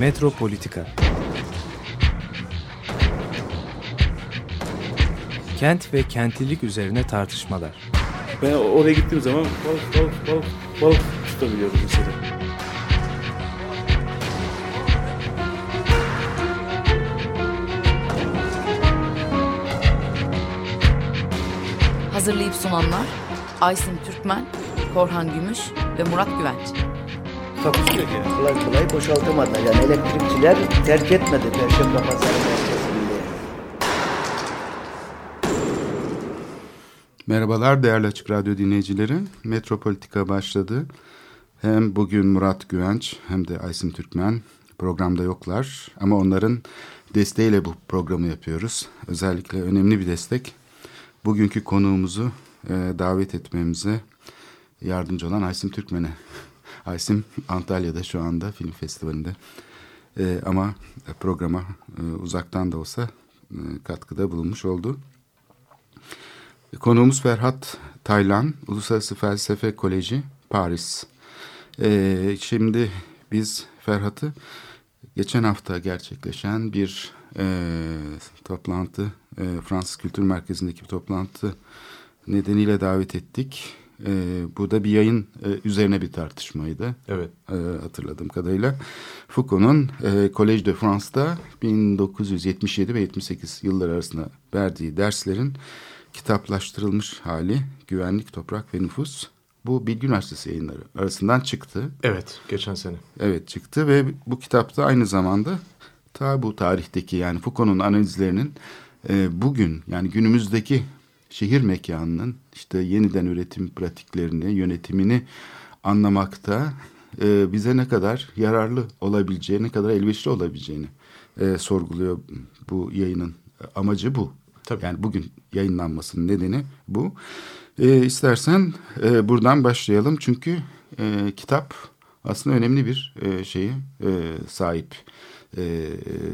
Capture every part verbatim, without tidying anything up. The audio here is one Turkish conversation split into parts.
Metropolitika. Kent ve kentlilik üzerine tartışmalar. Ben oraya gittiğim zaman balık balık balık balık tutabiliyorum mesela. Hazırlayıp sunanlar Aysin Türkmen, Korhan Gümüş ve Murat Güvenç. Takusuyor yani. Kolay kolay boşaltamadılar. Yani elektrikçiler terk etmedi Perşembe Pazarı merkezinde. Merhabalar değerli Açık Radyo dinleyicileri. Metropolitika başladı. Hem bugün Murat Güvenç hem de Aysin Türkmen programda yoklar. Ama onların desteğiyle bu programı yapıyoruz. Özellikle önemli bir destek. Bugünkü konuğumuzu e, davet etmemize yardımcı olan Aysin Türkmen'e. Aysin Antalya'da şu anda film festivalinde. E, ama programa e, uzaktan da olsa e, katkıda bulunmuş oldu. Konuğumuz Ferhat Taylan, Uluslararası Felsefe Koleji, Paris. Ee, şimdi biz Ferhat'ı geçen hafta gerçekleşen bir e, toplantı, e, Fransız Kültür Merkezi'ndeki bir toplantı nedeniyle davet ettik. E, bu da bir yayın e, üzerine bir tartışmaydı. Evet. E, hatırladığım kadarıyla. Foucault'un e, Collège de France'da bin dokuz yüz yetmiş yedi ve yetmiş sekiz yılları arasında verdiği derslerin kitaplaştırılmış hali, Güvenlik, Toprak ve Nüfus. Bu Bilgi Üniversitesi yayınları arasından çıktı. Evet, geçen sene. Evet, çıktı ve bu kitapta aynı zamanda ta bu tarihteki yani Foucault'un analizlerinin e, bugün yani günümüzdeki şehir mekanının işte yeniden üretim pratiklerini, yönetimini anlamakta e, bize ne kadar yararlı olabileceği, ne kadar elverişli olabileceğini e, sorguluyor. Bu yayının amacı bu. Tabii. Yani bugün yayınlanmasının nedeni bu. E, istersen e, buradan başlayalım çünkü e, kitap aslında önemli bir e, şeyi e, sahip. E,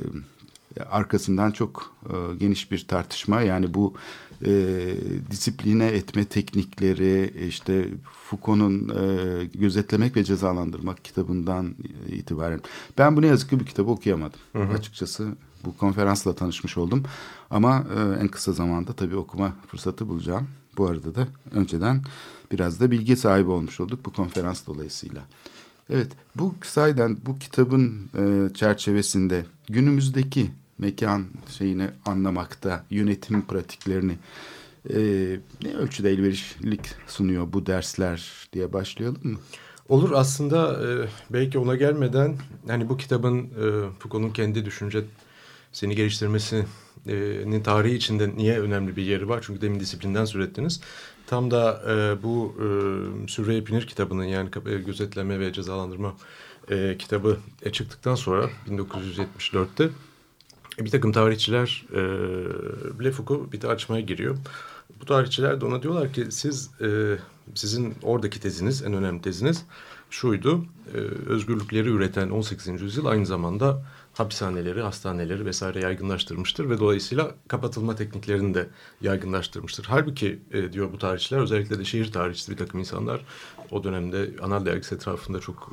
arkasından çok e, geniş bir tartışma yani bu e, disipline etme teknikleri işte Foucault'un e, Gözetlemek ve Cezalandırmak kitabından itibaren ben bu ne yazık ki bu kitabı okuyamadım. Hı hı. Açıkçası bu konferansla tanışmış oldum ama e, en kısa zamanda tabii okuma fırsatı bulacağım. Bu arada da önceden biraz da bilgi sahibi olmuş olduk bu konferans dolayısıyla. Evet, bu sayeden bu kitabın e, çerçevesinde günümüzdeki mekan şeyini anlamakta, yönetim pratiklerini e, ne ölçüde elverişlilik sunuyor bu dersler diye başlayalım mı? Olur aslında e, belki ona gelmeden hani bu kitabın e, Foucault'un kendi düşüncesini geliştirmesinin tarihi içinde niye önemli bir yeri var? Çünkü demin disiplinden söz ettiniz. Tam da e, bu e, Sürre-i Pinir kitabının yani e, Gözetleme ve Cezalandırma e, kitabı e, çıktıktan sonra bin dokuz yüz yetmiş dörtte bir takım tarihçiler e, Le Foucault bir tartışmaya giriyor. Bu tarihçiler de ona diyorlar ki siz e, sizin oradaki teziniz en önemli teziniz şuydu. E, özgürlükleri üreten on sekizinci yüzyıl aynı zamanda hapishaneleri, hastaneleri vesaire yaygınlaştırmıştır ve dolayısıyla kapatılma tekniklerini de yaygınlaştırmıştır. Halbuki e, diyor bu tarihçiler özellikle de şehir tarihçisi bir takım insanlar o dönemde Anadolu dergisi etrafında çok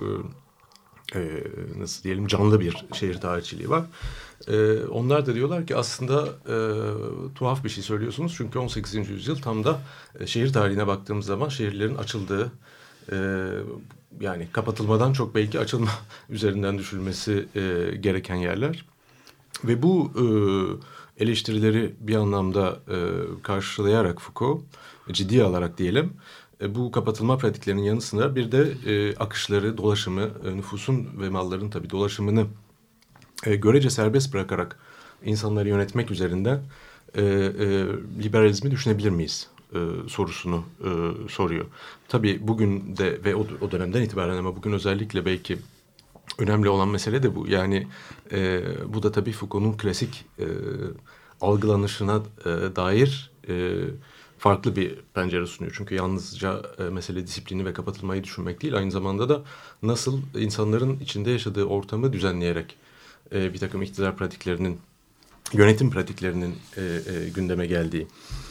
e, e, nasıl diyelim canlı bir şehir tarihçiliği var. E, onlar da diyorlar ki aslında e, tuhaf bir şey söylüyorsunuz çünkü on sekizinci yüzyıl tam da e, şehir tarihine baktığımız zaman şehirlerin açıldığı e, yani kapatılmadan çok belki açılma üzerinden düşülmesi e, gereken yerler. Ve bu e, eleştirileri bir anlamda e, karşılayarak Foucault, ciddiye alarak diyelim, e, bu kapatılma pratiklerinin yanı sıra bir de e, akışları, dolaşımı, e, nüfusun ve malların tabii dolaşımını e, görece serbest bırakarak insanları yönetmek üzerinden e, e, liberalizmi düşünebilir miyiz? E, sorusunu e, soruyor. Tabii bugün de ve o, o dönemden itibaren ama bugün özellikle belki önemli olan mesele de bu. Yani e, bu da tabii Foucault'un klasik e, algılanışına e, dair e, farklı bir pencere sunuyor. Çünkü yalnızca e, mesele disiplini ve kapatılmayı düşünmek değil, aynı zamanda da nasıl insanların içinde yaşadığı ortamı düzenleyerek e, bir takım iktidar pratiklerinin, yönetim pratiklerinin e, e, gündeme geldiği.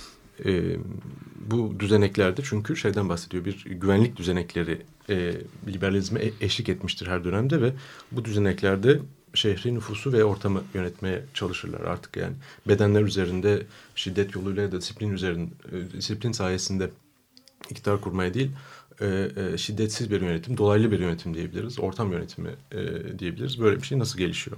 E, bu düzeneklerde çünkü şeyden bahsediyor, bir güvenlik düzenekleri e, liberalizme eşlik etmiştir her dönemde ve bu düzeneklerde şehri, nüfusu ve ortamı yönetmeye çalışırlar artık yani. Bedenler üzerinde şiddet yoluyla ya da disiplin üzerinde, disiplin sayesinde iktidar kurmaya değil, e, e, şiddetsiz bir yönetim, dolaylı bir yönetim diyebiliriz, ortam yönetimi e, diyebiliriz. Böyle bir şey nasıl gelişiyor?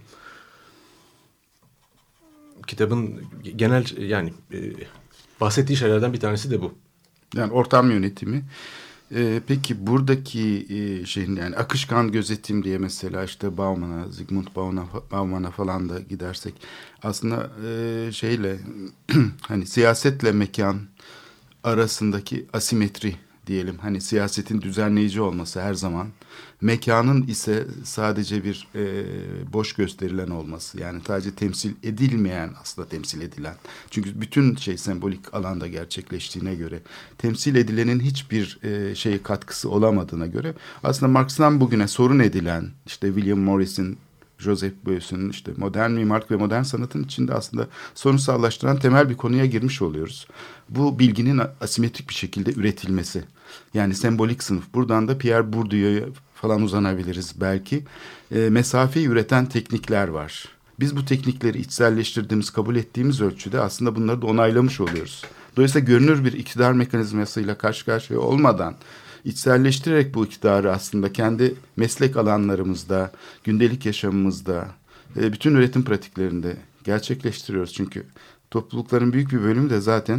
Kitabın genel yani e, bahsettiği şeylerden bir tanesi de bu. Yani ortam yönetimi. Ee, peki buradaki e, şeyin yani akışkan gözetim diye mesela işte Bauman'a, Zygmunt Bauman'a, Bauman'a falan da gidersek aslında e, şeyle hani siyasetle mekan arasındaki asimetri diyelim. Hani siyasetin düzenleyici olması her zaman, mekanın ise sadece bir e, boş gösterilen olması. Yani sadece temsil edilmeyen aslında temsil edilen. Çünkü bütün şey sembolik alanda gerçekleştiğine göre, temsil edilenin hiçbir e, şey katkısı olamadığına göre aslında Marx'tan bugüne sorun edilen işte William Morris'in, Joseph Beuys'ün işte modern mimarlık ve modern sanatın içinde aslında sorunsallaştıran temel bir konuya girmiş oluyoruz. Bu bilginin asimetrik bir şekilde üretilmesi. Yani sembolik sınıf. Buradan da Pierre Bourdieu'ya falan uzanabiliriz belki. E, mesafeyi üreten teknikler var. Biz bu teknikleri içselleştirdiğimiz, kabul ettiğimiz ölçüde aslında bunları da onaylamış oluyoruz. Dolayısıyla görünür bir iktidar mekanizmasıyla karşı karşıya olmadan içselleştirerek bu iktidarı aslında kendi meslek alanlarımızda, gündelik yaşamımızda, e, bütün üretim pratiklerinde gerçekleştiriyoruz. Çünkü toplulukların büyük bir bölümü de zaten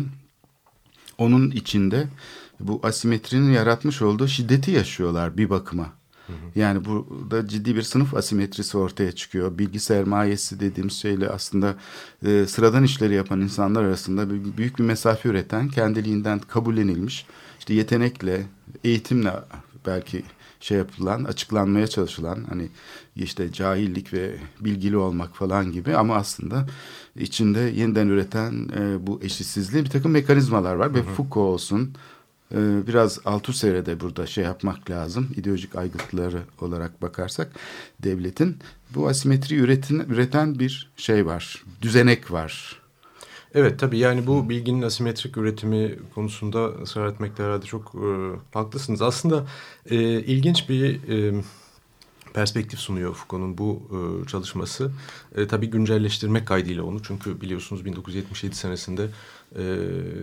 onun içinde bu asimetrinin yaratmış olduğu şiddeti yaşıyorlar bir bakıma. Hı hı. Yani burada ciddi bir sınıf asimetrisi ortaya çıkıyor. Bilgi sermayesi dediğimiz şeyle aslında e, sıradan işleri yapan insanlar arasında bir, büyük bir mesafe üreten, kendiliğinden kabullenilmiş, işte yetenekle, eğitimle belki şey yapılan, açıklanmaya çalışılan hani işte cahillik ve bilgili olmak falan gibi ama aslında içinde yeniden üreten e, bu eşitsizliğin bir takım mekanizmalar var. Hı hı. Ve Foucault olsun, e, biraz Althusser'e de burada şey yapmak lazım. İdeolojik aygıtları olarak bakarsak devletin bu asimetri üretin, üreten bir şey var, düzenek var. Evet tabii yani bu bilginin asimetrik üretimi konusunda ısrar etmekte herhalde çok e, haklısınız. Aslında e, ilginç bir e, perspektif sunuyor Foucault'un bu e, çalışması. E, tabii güncelleştirmek kaydıyla onu. Çünkü biliyorsunuz bin dokuz yüz yetmiş yedi senesinde e,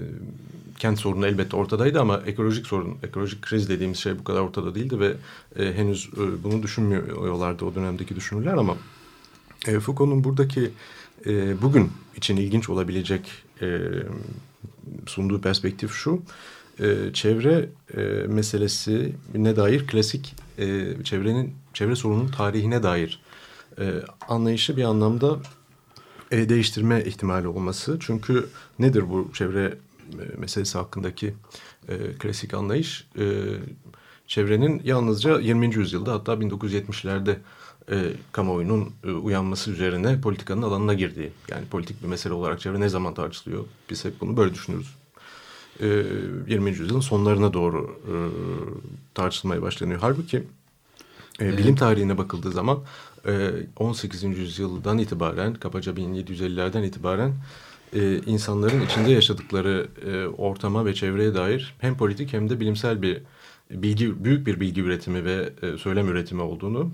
kent sorunu elbette ortadaydı ama ekolojik sorun, ekolojik kriz dediğimiz şey bu kadar ortada değildi ve e, henüz e, bunu düşünmüyorlardı o dönemdeki düşünürler ama e, Foucault'un buradaki e, bugün için ilginç olabilecek e, sunduğu perspektif şu. E, çevre e, meselesine dair klasik e, çevrenin çevre sorunun tarihine dair e, anlayışı bir anlamda e, değiştirme ihtimali olması. Çünkü nedir bu çevre e, meselesi hakkındaki e, klasik anlayış? E, çevrenin yalnızca yirminci yüzyılda hatta bin dokuz yüz yetmişlerde e, kamuoyunun e, uyanması üzerine politikanın alanına girdiği. Yani politik bir mesele olarak çevre ne zaman tartışılıyor? Biz hep bunu böyle düşünürüz. E, yirminci yüzyılın sonlarına doğru e, tartışılmaya başlanıyor. Halbuki e, evet. Bilim tarihine bakıldığı zaman e, on sekizinci yüzyıldan itibaren, kabaca bin yedi yüz ellilerden itibaren e, insanların içinde yaşadıkları e, ortama ve çevreye dair hem politik hem de bilimsel bir bilgi, büyük bir bilgi üretimi ve e, söylem üretimi olduğunu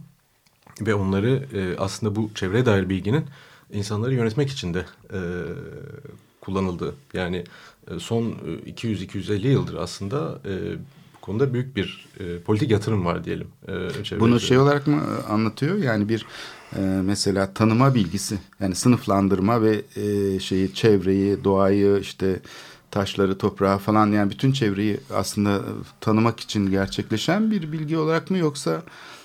ve onları e, aslında bu çevreye dair bilginin insanları yönetmek için de e, kullanıldığı. Yani e, son iki yüz iki yüz elli yıldır aslında e, bu konuda büyük bir e, politik yatırım var diyelim. E, Bunu şey olarak mı anlatıyor? Yani bir e, mesela tanıma bilgisi, yani sınıflandırma ve e, şeyi, çevreyi, doğayı, işte taşları, toprağı falan, yani bütün çevreyi aslında tanımak için gerçekleşen bir bilgi olarak mı, yoksa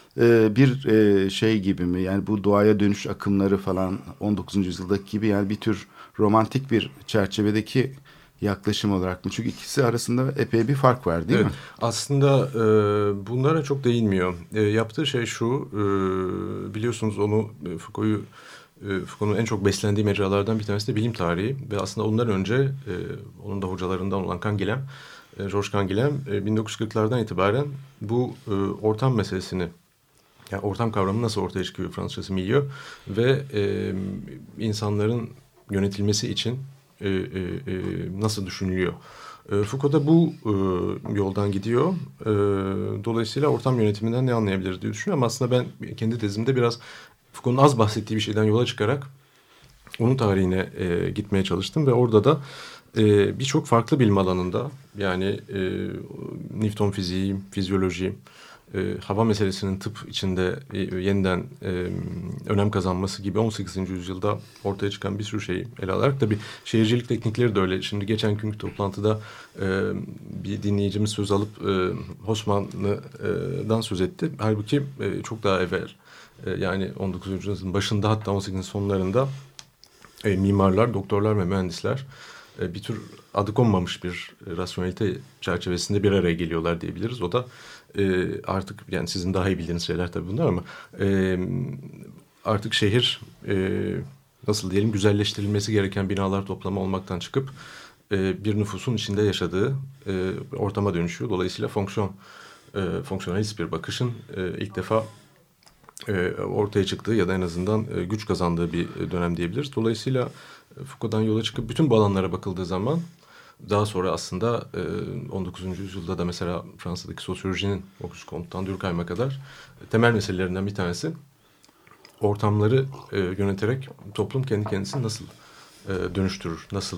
e, bir e, şey gibi mi? Yani bu doğaya dönüş akımları falan on dokuzuncu yüzyıldaki gibi, yani bir tür romantik bir çerçevedeki yaklaşım olarak mı? Çünkü ikisi arasında epey bir fark var değil evet, mi? Aslında e, bunlara çok değinmiyor. E, yaptığı şey şu, e, biliyorsunuz onu e, Foucault'u e, Foucault'un en çok beslendiği mecralardan bir tanesi de bilim tarihi ve aslında ondan önce e, onun da hocalarından olan Canguilhem, e, Georges Canguilhem e, bin dokuz yüz kırklardan itibaren bu e, ortam meselesini, yani ortam kavramı nasıl ortaya çıkıyor, Fransızcası milieu ve e, insanların yönetilmesi için e, e, e, nasıl düşünülüyor? E, Foucault da bu e, yoldan gidiyor. E, dolayısıyla ortam yönetiminden ne anlayabiliriz diye düşünüyorum. Ama aslında ben kendi tezimde biraz Foucault'un az bahsettiği bir şeyden yola çıkarak onun tarihine e, gitmeye çalıştım ve orada da e, birçok farklı bilim alanında, yani e, Newton fiziği, fizyoloji, e, hava meselesinin tıp içinde e, yeniden e, önem kazanması gibi on sekizinci yüzyılda ortaya çıkan bir sürü şeyi ele alarak, tabii şehircilik teknikleri de öyle. Şimdi geçen günkü toplantıda e, bir dinleyicimiz söz alıp e, Haussmann'dan söz etti. Halbuki e, çok daha evvel, e, yani on dokuzuncu yüzyılın başında, hatta on sekizinci sonlarında e, mimarlar, doktorlar ve mühendisler bir tür adı konmamış bir rasyonelite çerçevesinde bir araya geliyorlar diyebiliriz. O da e, artık, yani sizin daha iyi bildiğiniz şeyler tabii bunlar, ama e, artık şehir e, nasıl diyelim, güzelleştirilmesi gereken binalar toplamı olmaktan çıkıp e, bir nüfusun içinde yaşadığı e, ortama dönüşüyor. Dolayısıyla fonksiyon e, fonksiyonalist bir bakışın e, ilk defa e, ortaya çıktığı ya da en azından e, güç kazandığı bir dönem diyebiliriz. Dolayısıyla Foucault'dan yola çıkıp bütün bu alanlara bakıldığı zaman, daha sonra aslında on dokuzuncu yüzyılda da mesela Fransa'daki sosyolojinin Auguste Comte'dan Durkheim'e kadar temel meselelerinden bir tanesi ortamları yöneterek toplum kendi kendisini nasıl dönüştürür, nasıl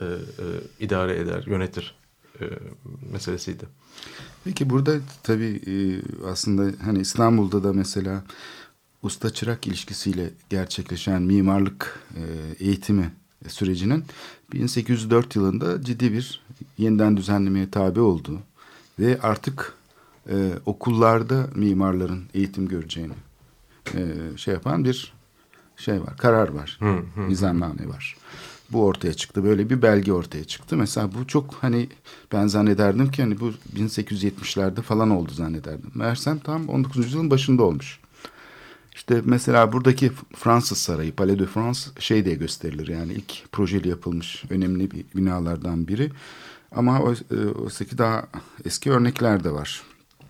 idare eder, yönetir meselesiydi. Peki burada tabii aslında hani İstanbul'da da mesela usta çırak ilişkisiyle gerçekleşen mimarlık eğitimi sürecinin bin sekiz yüz dört yılında ciddi bir yeniden düzenlemeye tabi olduğu ve artık e, okullarda mimarların eğitim göreceğini e, şey yapan bir şey var, karar var, hı, hı. nizamname var. Bu ortaya çıktı, böyle bir belge ortaya çıktı. Mesela bu çok, hani ben zannederdim ki hani bu bin sekiz yüz yetmişlerde falan oldu zannederdim. Meğersem tam on dokuzuncu yüzyılın başında olmuş. İşte mesela buradaki Fransız Sarayı, Palais de France şey diye gösterilir. Yani ilk projeli yapılmış önemli bir binalardan biri. Ama oysa ki daha eski örnekler de var.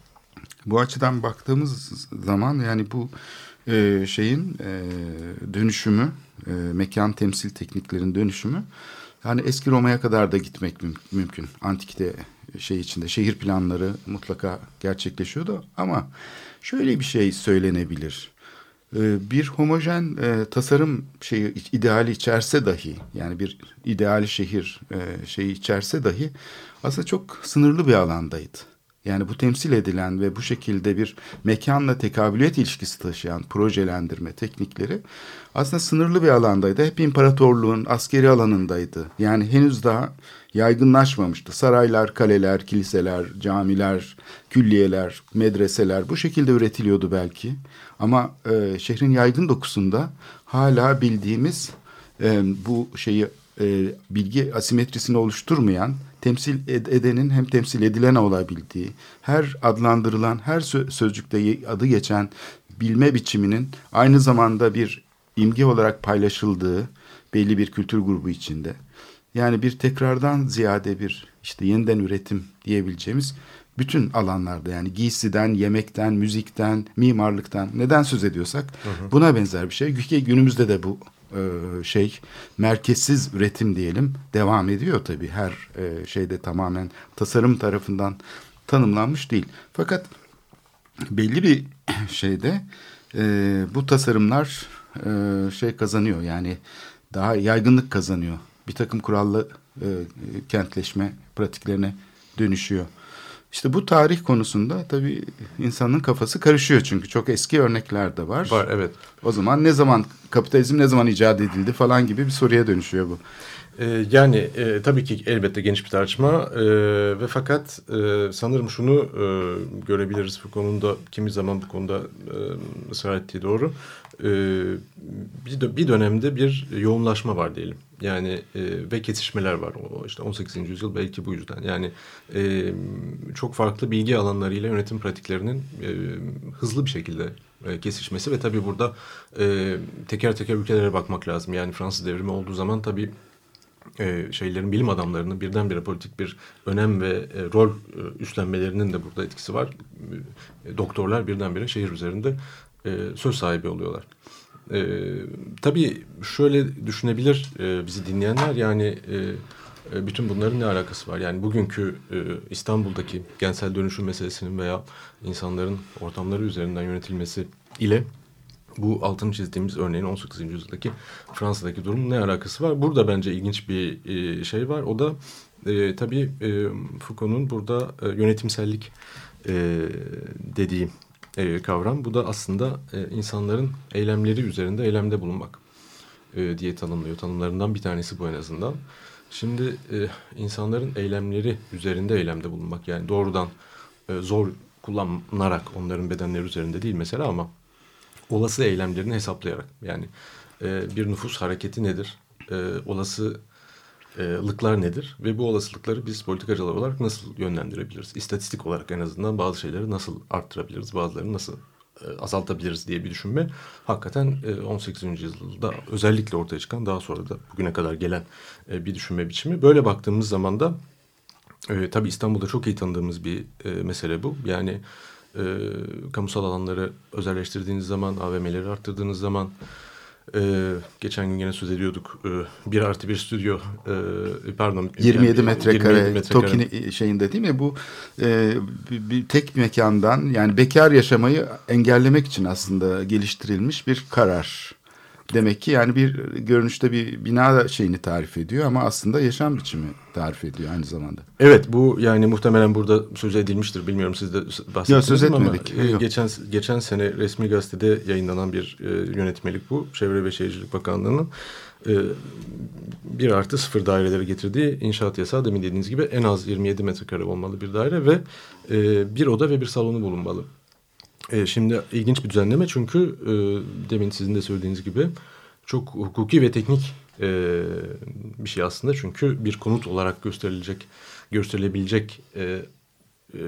Bu açıdan baktığımız zaman yani bu e, şeyin e, dönüşümü, e, mekan temsil tekniklerin dönüşümü, yani eski Roma'ya kadar da gitmek müm- mümkün. Antikte şey içinde şehir planları mutlaka gerçekleşiyordu ama şöyle bir şey söylenebilir. Bir homojen e, tasarım şeyi ideali içerse dahi, yani bir ideal şehir e, şeyi içerse dahi aslında çok sınırlı bir alandaydı. Yani bu temsil edilen ve bu şekilde bir mekanla tekabüliyet ilişkisi taşıyan projelendirme teknikleri aslında sınırlı bir alandaydı. Hep imparatorluğun askeri alanındaydı. Yani henüz daha yaygınlaşmamıştı. Saraylar, kaleler, kiliseler, camiler, külliyeler, medreseler bu şekilde üretiliyordu belki. Ama e, şehrin yaygın dokusunda hala bildiğimiz e, bu şeyi e, bilgi asimetrisini oluşturmayan, temsil edenin hem temsil edilen olabildiği, her adlandırılan, her sö- sözcükte adı geçen bilme biçiminin aynı zamanda bir imge olarak paylaşıldığı belli bir kültür grubu içinde. Yani bir tekrardan ziyade bir işte yeniden üretim diyebileceğimiz bütün alanlarda, yani giysiden, yemekten, müzikten, mimarlıktan neden söz ediyorsak hı hı. buna benzer bir şey. Günümüzde de bu e, şey merkezsiz üretim diyelim devam ediyor tabii. Her e, şeyde tamamen tasarım tarafından tanımlanmış değil. Fakat belli bir şeyde e, bu tasarımlar e, şey kazanıyor, yani daha yaygınlık kazanıyor. Bir takım kurallı e, kentleşme pratiklerine dönüşüyor. İşte bu tarih konusunda tabii insanın kafası karışıyor, çünkü çok eski örnekler de var. Var, evet. O zaman ne zaman kapitalizm ne zaman icat edildi falan gibi bir soruya dönüşüyor bu. Ee, yani e, tabii ki elbette geniş bir tartışma e, ve fakat e, sanırım şunu e, görebiliriz. Foucault'un da kimi zaman bu konuda e, ısrar ettiği doğru. E, bir, bir dönemde bir yoğunlaşma var diyelim. Yani e, ve kesişmeler var. O işte on sekizinci yüzyıl belki bu yüzden. Yani e, çok farklı bilgi alanlarıyla yönetim pratiklerinin e, hızlı bir şekilde e, kesişmesi ve tabii burada e, teker teker ülkelere bakmak lazım. Yani Fransız devrimi olduğu zaman tabii e, şeylerin, bilim adamlarının birdenbire politik bir önem ve e, rol e, üstlenmelerinin de burada etkisi var. E, doktorlar birdenbire şehir üzerinde e, söz sahibi oluyorlar. Ee, tabii şöyle düşünebilir e, bizi dinleyenler, yani e, bütün bunların ne alakası var? Yani bugünkü e, İstanbul'daki kentsel dönüşüm meselesinin veya insanların ortamları üzerinden yönetilmesi ile bu altını çizdiğimiz örneğin on sekizinci yüzyıldaki Fransa'daki durum ne alakası var? Burada bence ilginç bir e, şey var. O da e, tabii e, Foucault'un burada e, yönetimsellik e, dediği e, kavram. Bu da aslında e, insanların eylemleri üzerinde eylemde bulunmak e, diye tanımlıyor. Tanımlarından bir tanesi bu en azından. Şimdi e, insanların eylemleri üzerinde eylemde bulunmak, yani doğrudan e, zor kullanarak onların bedenleri üzerinde değil mesela, ama olası eylemlerini hesaplayarak, yani e, bir nüfus hareketi nedir, e, olasılıklar nedir ve bu olasılıkları biz politikacılar olarak nasıl yönlendirebiliriz? İstatistik olarak en azından bazı şeyleri nasıl arttırabiliriz, bazılarını nasıl e, azaltabiliriz diye bir düşünme hakikaten e, on sekizinci yüzyılda özellikle ortaya çıkan, daha sonra da bugüne kadar gelen e, bir düşünme biçimi. Böyle baktığımız zaman da e, tabii İstanbul'da çok iyi tanıdığımız bir e, mesele bu. Yani e, kamusal alanları özelleştirdiğiniz zaman, A V M'leri arttırdığınız zaman, e, geçen gün yine söz ediyorduk, e, bir artı bir stüdyo, e, pardon yirmi yedi yani, metrekare yirmi yedi metrekare Tokini şeyinde değil mi? Bu e, bir, bir tek mekandan, yani bekar yaşamayı engellemek için aslında geliştirilmiş bir karar. Demek ki yani bir görünüşte bir bina şeyini tarif ediyor ama aslında yaşam biçimi tarif ediyor aynı zamanda. Evet, bu yani muhtemelen burada söz edilmiştir. Bilmiyorum, siz de bahsettiniz Yok, söz ama etmedik. e, Yok. geçen geçen sene resmi gazetede yayınlanan bir e, yönetmelik bu. Çevre ve Şehircilik Bakanlığı'nın e, bir artı sıfır daireleri getirdiği inşaat yasağı, demin dediğiniz gibi en az yirmi yedi metrekare olmalı bir daire ve e, bir oda ve bir salonu bulunmalı. E, şimdi ilginç bir düzenleme, çünkü e, demin sizin de söylediğiniz gibi çok hukuki ve teknik e, bir şey aslında. Çünkü bir konut olarak gösterilecek, gösterilebilecek e, e,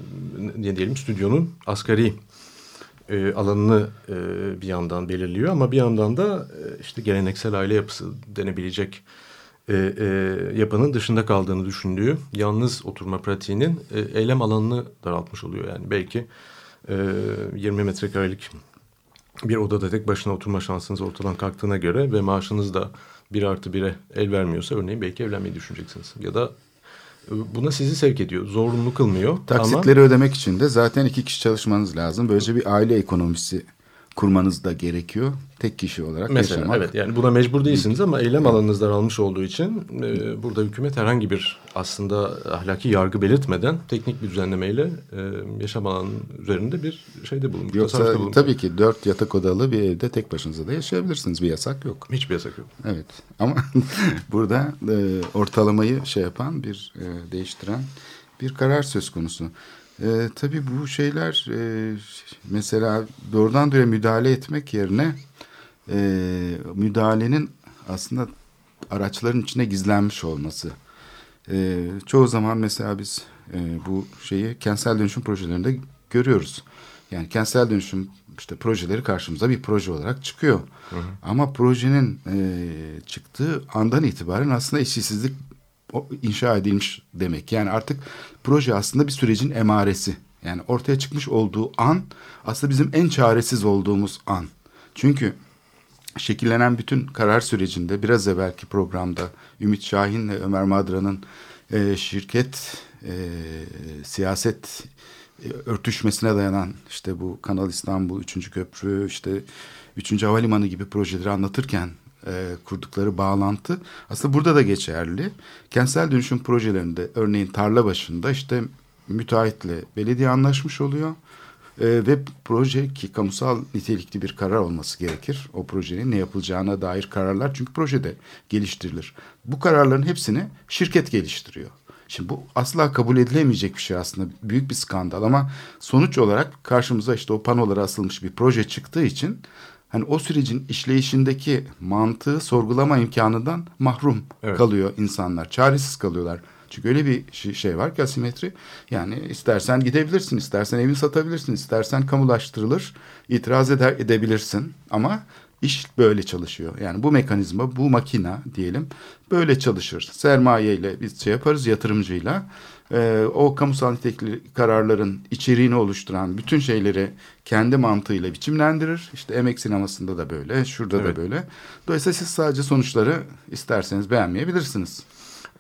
ne diyelim stüdyonun asgari e, alanını e, bir yandan belirliyor, ama bir yandan da e, işte geleneksel aile yapısı denebilecek e, e, yapının dışında kaldığını düşündüğü yalnız oturma pratiğinin e, eylem alanını daraltmış oluyor. Yani belki e, yirmi metrekarelik bir odada tek başına oturma şansınız ortadan kalktığına göre ve maaşınız da bir artı bire el vermiyorsa, örneğin belki evlenmeyi düşüneceksiniz. Ya da buna sizi sevk ediyor, zorunlu kılmıyor. Taksitleri ama... ödemek için de zaten iki kişi çalışmanız lazım. Böylece bir aile ekonomisi kurmanız da gerekiyor. Tek kişi olarak Mesela, yaşamak. evet, yani buna mecbur değilsiniz ama eylem alanınız daralmış olduğu için e, burada hükümet herhangi bir aslında ahlaki yargı belirtmeden teknik bir düzenlemeyle e, yaşam alanının üzerinde bir şeyde bulunmuş. Yoksa tabii ki dört yatak odalı bir evde tek başınıza da yaşayabilirsiniz. Bir yasak yok. Hiçbir yasak yok. Evet, ama burada e, ortalamayı şey yapan bir e, değiştiren bir karar söz konusu. E, tabii bu şeyler e, mesela doğrudan doğruya müdahale etmek yerine e, müdahalenin aslında araçların içine gizlenmiş olması. E, çoğu zaman mesela biz e, bu şeyi kentsel dönüşüm projelerinde görüyoruz. Yani kentsel dönüşüm işte projeleri karşımıza bir proje olarak çıkıyor. Hı hı. Ama projenin e, çıktığı andan itibaren aslında eşitsizlik inşa edilmiş demek. Yani artık proje aslında bir sürecin emaresi. Yani ortaya çıkmış olduğu an aslında bizim en çaresiz olduğumuz an. Çünkü şekillenen bütün karar sürecinde biraz evvelki programda Ümit Şahin'le Ömer Madra'nın e, şirket e, siyaset e, örtüşmesine dayanan işte bu Kanal İstanbul, Üçüncü Köprü, işte Üçüncü Havalimanı gibi projeleri anlatırken E, kurdukları bağlantı aslında burada da geçerli. Kentsel dönüşüm projelerinde örneğin tarla başında işte müteahhitle belediye anlaşmış oluyor e, ve proje, ki kamusal nitelikli bir karar olması gerekir. O projenin ne yapılacağına dair kararlar, çünkü projede geliştirilir. Bu kararların hepsini şirket geliştiriyor. Şimdi bu asla kabul edilemeyecek bir şey aslında. Büyük bir skandal ama sonuç olarak karşımıza işte o panolara asılmış bir proje çıktığı için hani o sürecin işleyişindeki mantığı sorgulama imkanından mahrum evet. kalıyor insanlar. Çaresiz kalıyorlar. Çünkü öyle bir şey var ki asimetri. Yani istersen gidebilirsin, istersen evini satabilirsin, istersen kamulaştırılır, itiraz eder, edebilirsin. Ama iş böyle çalışıyor. Yani bu mekanizma, bu makina diyelim böyle çalışır. Sermayeyle biz şey yaparız, yatırımcıyla. Ee, o kamusal nitelikli kararların içeriğini oluşturan bütün şeyleri kendi mantığıyla biçimlendirir. İşte emek sinemasında da böyle, şurada evet. da böyle. Dolayısıyla siz sadece sonuçları isterseniz beğenmeyebilirsiniz.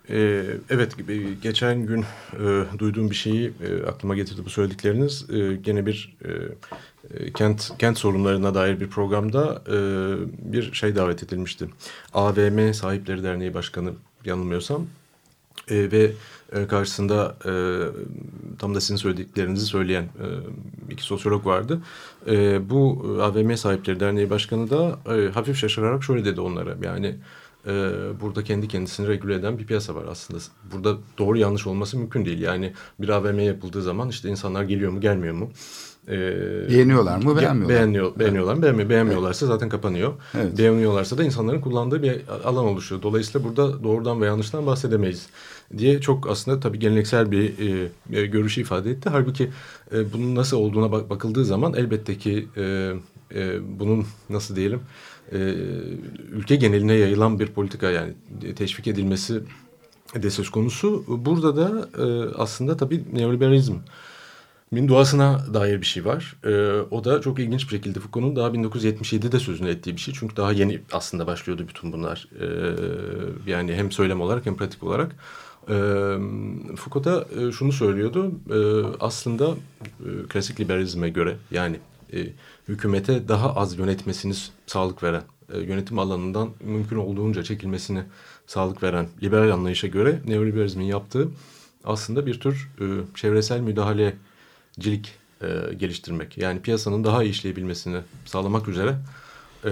e, evet geçen gün e, duyduğum bir şeyi e, aklıma getirdi bu söyledikleriniz. E, gene bir e, e, kent kent sorunlarına dair bir programda e, bir şey davet edilmişti. A V M Sahipleri Derneği Başkanı yanılmıyorsam e, ve e, karşısında e, tam da sizin söylediklerinizi söyleyen e, iki sosyolog vardı. E, bu A V M Sahipleri Derneği Başkanı da e, hafif şaşırarak şöyle dedi onlara, yani Ee, burada kendi kendisini regüle eden bir piyasa var aslında. Burada doğru yanlış olması mümkün değil. Yani bir A V M yapıldığı zaman işte insanlar geliyor mu gelmiyor mu? Ee, Beğeniyorlar mı beğenmiyorlar beğeniyor, Beğeniyorlar mı beğenmiyor, beğenmiyorlarsa zaten kapanıyor. Evet. Beğeniyorlarsa da insanların kullandığı bir alan oluşuyor. Dolayısıyla burada doğrudan ve yanlıştan bahsedemeyiz diye çok aslında tabii geleneksel bir e, görüşü ifade etti. Halbuki e, bunun nasıl olduğuna bak- bakıldığı zaman elbette ki e, e, bunun nasıl diyelim e, ülke geneline yayılan bir politika, yani teşvik edilmesi de söz konusu. Burada da e, aslında tabii neoliberalizm Min doğasına dair bir şey var. Ee, o da çok ilginç bir şekilde Foucault'un daha bin dokuz yüz yetmiş yedide sözünü ettiği bir şey. Çünkü daha yeni aslında başlıyordu bütün bunlar. Ee, yani hem söylem olarak hem pratik olarak. Ee, Foucault da e, şunu söylüyordu. Ee, aslında e, klasik liberalizme göre, yani e, hükümete daha az yönetmesini sağlık veren, e, yönetim alanından mümkün olduğunca çekilmesini sağlık veren liberal anlayışa göre neoliberalizmin yaptığı aslında bir tür e, çevresel müdahale cilik e, geliştirmek. Yani piyasanın daha iyi işleyebilmesini sağlamak üzere e,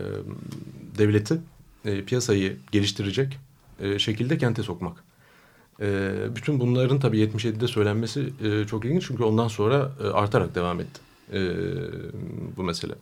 devleti e, piyasayı geliştirecek e, şekilde kente sokmak. E, bütün bunların tabii yetmiş yedide söylenmesi e, çok ilginç, çünkü ondan sonra e, artarak devam etti e, bu mesele.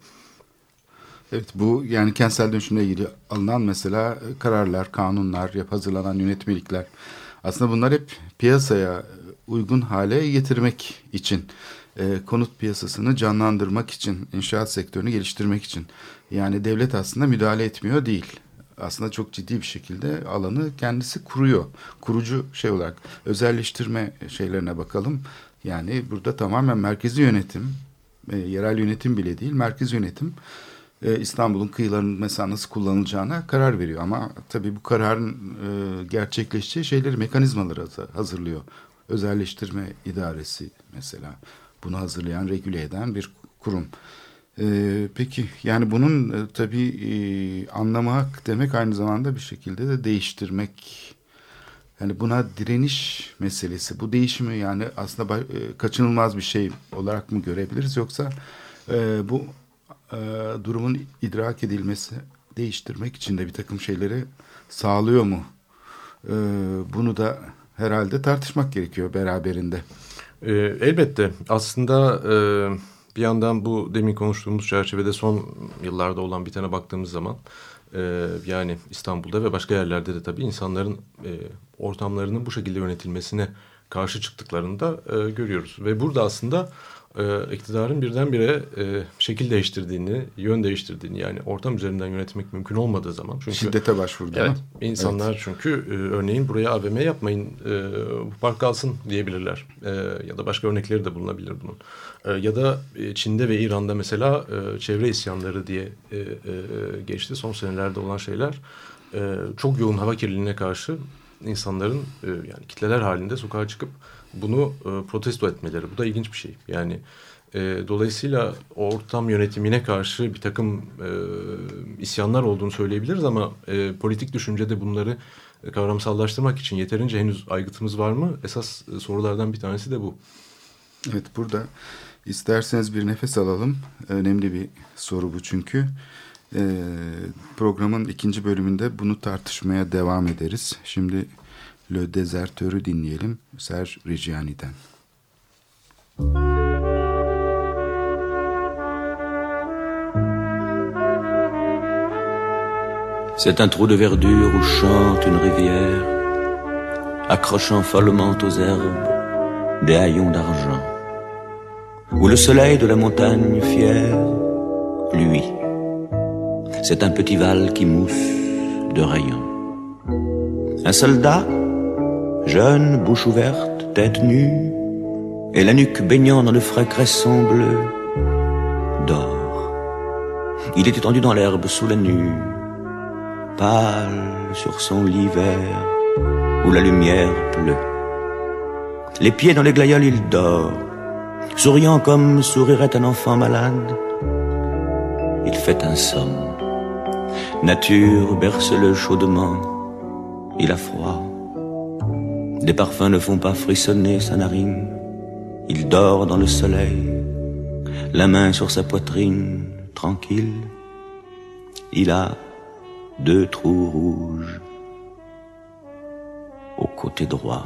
Evet, bu yani kentsel dönüşümle ilgili alınan mesela kararlar, kanunlar, yap hazırlanan yönetmelikler, aslında bunlar hep piyasaya uygun hale getirmek için, e, konut piyasasını canlandırmak için, inşaat sektörünü geliştirmek için. Yani devlet aslında müdahale etmiyor değil. Aslında çok ciddi bir şekilde alanı kendisi kuruyor. Kurucu şey olarak özelleştirme şeylerine bakalım. Yani burada tamamen merkezi yönetim, e, yerel yönetim bile değil, merkezi yönetim e, İstanbul'un kıyılarının mesela nasıl kullanılacağına karar veriyor. Ama tabii bu kararın e, gerçekleşeceği şeyleri, mekanizmaları hazırlıyor. Özelleştirme idaresi mesela, bunu hazırlayan, regüle eden bir kurum. Ee, peki yani bunun e, tabii e, anlamak demek aynı zamanda bir şekilde de değiştirmek. Yani buna direniş meselesi, bu değişimi yani aslında e, kaçınılmaz bir şey olarak mı görebiliriz, yoksa e, bu e, durumun idrak edilmesi, değiştirmek için de bir takım şeyleri sağlıyor mu? E, bunu da herhalde tartışmak gerekiyor beraberinde. E, elbette. Aslında e, bir yandan bu demin konuştuğumuz çerçevede son yıllarda olan bitene baktığımız zaman e, yani İstanbul'da ve başka yerlerde de tabii insanların e, ortamlarının bu şekilde yönetilmesine karşı çıktıklarını da e, görüyoruz. Ve burada aslında e, iktidarın birdenbire e, şekil değiştirdiğini, yön değiştirdiğini, yani ortam üzerinden yönetmek mümkün olmadığı zaman. Çünkü, şiddete başvurdu. Evet, insanlar evet. Çünkü e, örneğin buraya A V M yapmayın, e, bu park kalsın diyebilirler. E, ya da başka örnekleri de bulunabilir bunun. E, ya da e, Çin'de ve İran'da mesela e, çevre isyanları diye e, e, geçti. Son senelerde olan şeyler. E, çok yoğun hava kirliliğine karşı insanların e, yani kitleler halinde sokağa çıkıp bunu e, protesto etmeleri. Bu da ilginç bir şey. Yani e, dolayısıyla ortam yönetimine karşı bir takım e, isyanlar olduğunu söyleyebiliriz ama e, politik düşüncede bunları e, kavramsallaştırmak için yeterince henüz aygıtımız var mı? Esas e, sorulardan bir tanesi de bu. Evet, burada isterseniz bir nefes alalım. Önemli bir soru bu çünkü. E, programın ikinci bölümünde bunu tartışmaya devam ederiz. Şimdi Le Déserteur'ü dinleyelim Serge Reggiani'den. C'est un trou de verdure où chante une rivière, accrochant follement aux herbes des haillons d'argent, où le soleil de la montagne fière, lui, c'est un petit val qui mousse de rayons. Un soldat, jeune, bouche ouverte, tête nue, et la nuque baignant dans le frais cresson bleu, dort. Il est étendu dans l'herbe sous la nue, pâle sur son lit vert, où la lumière pleut. Les pieds dans les glaïeuls, il dort, souriant comme sourirait un enfant malade. Il fait un somme. Nature berce-le chaudement. Il a froid. Des parfums ne font pas frissonner sa narine. Il dort dans le soleil, la main sur sa poitrine, tranquille. Il a deux trous rouges au côté droit.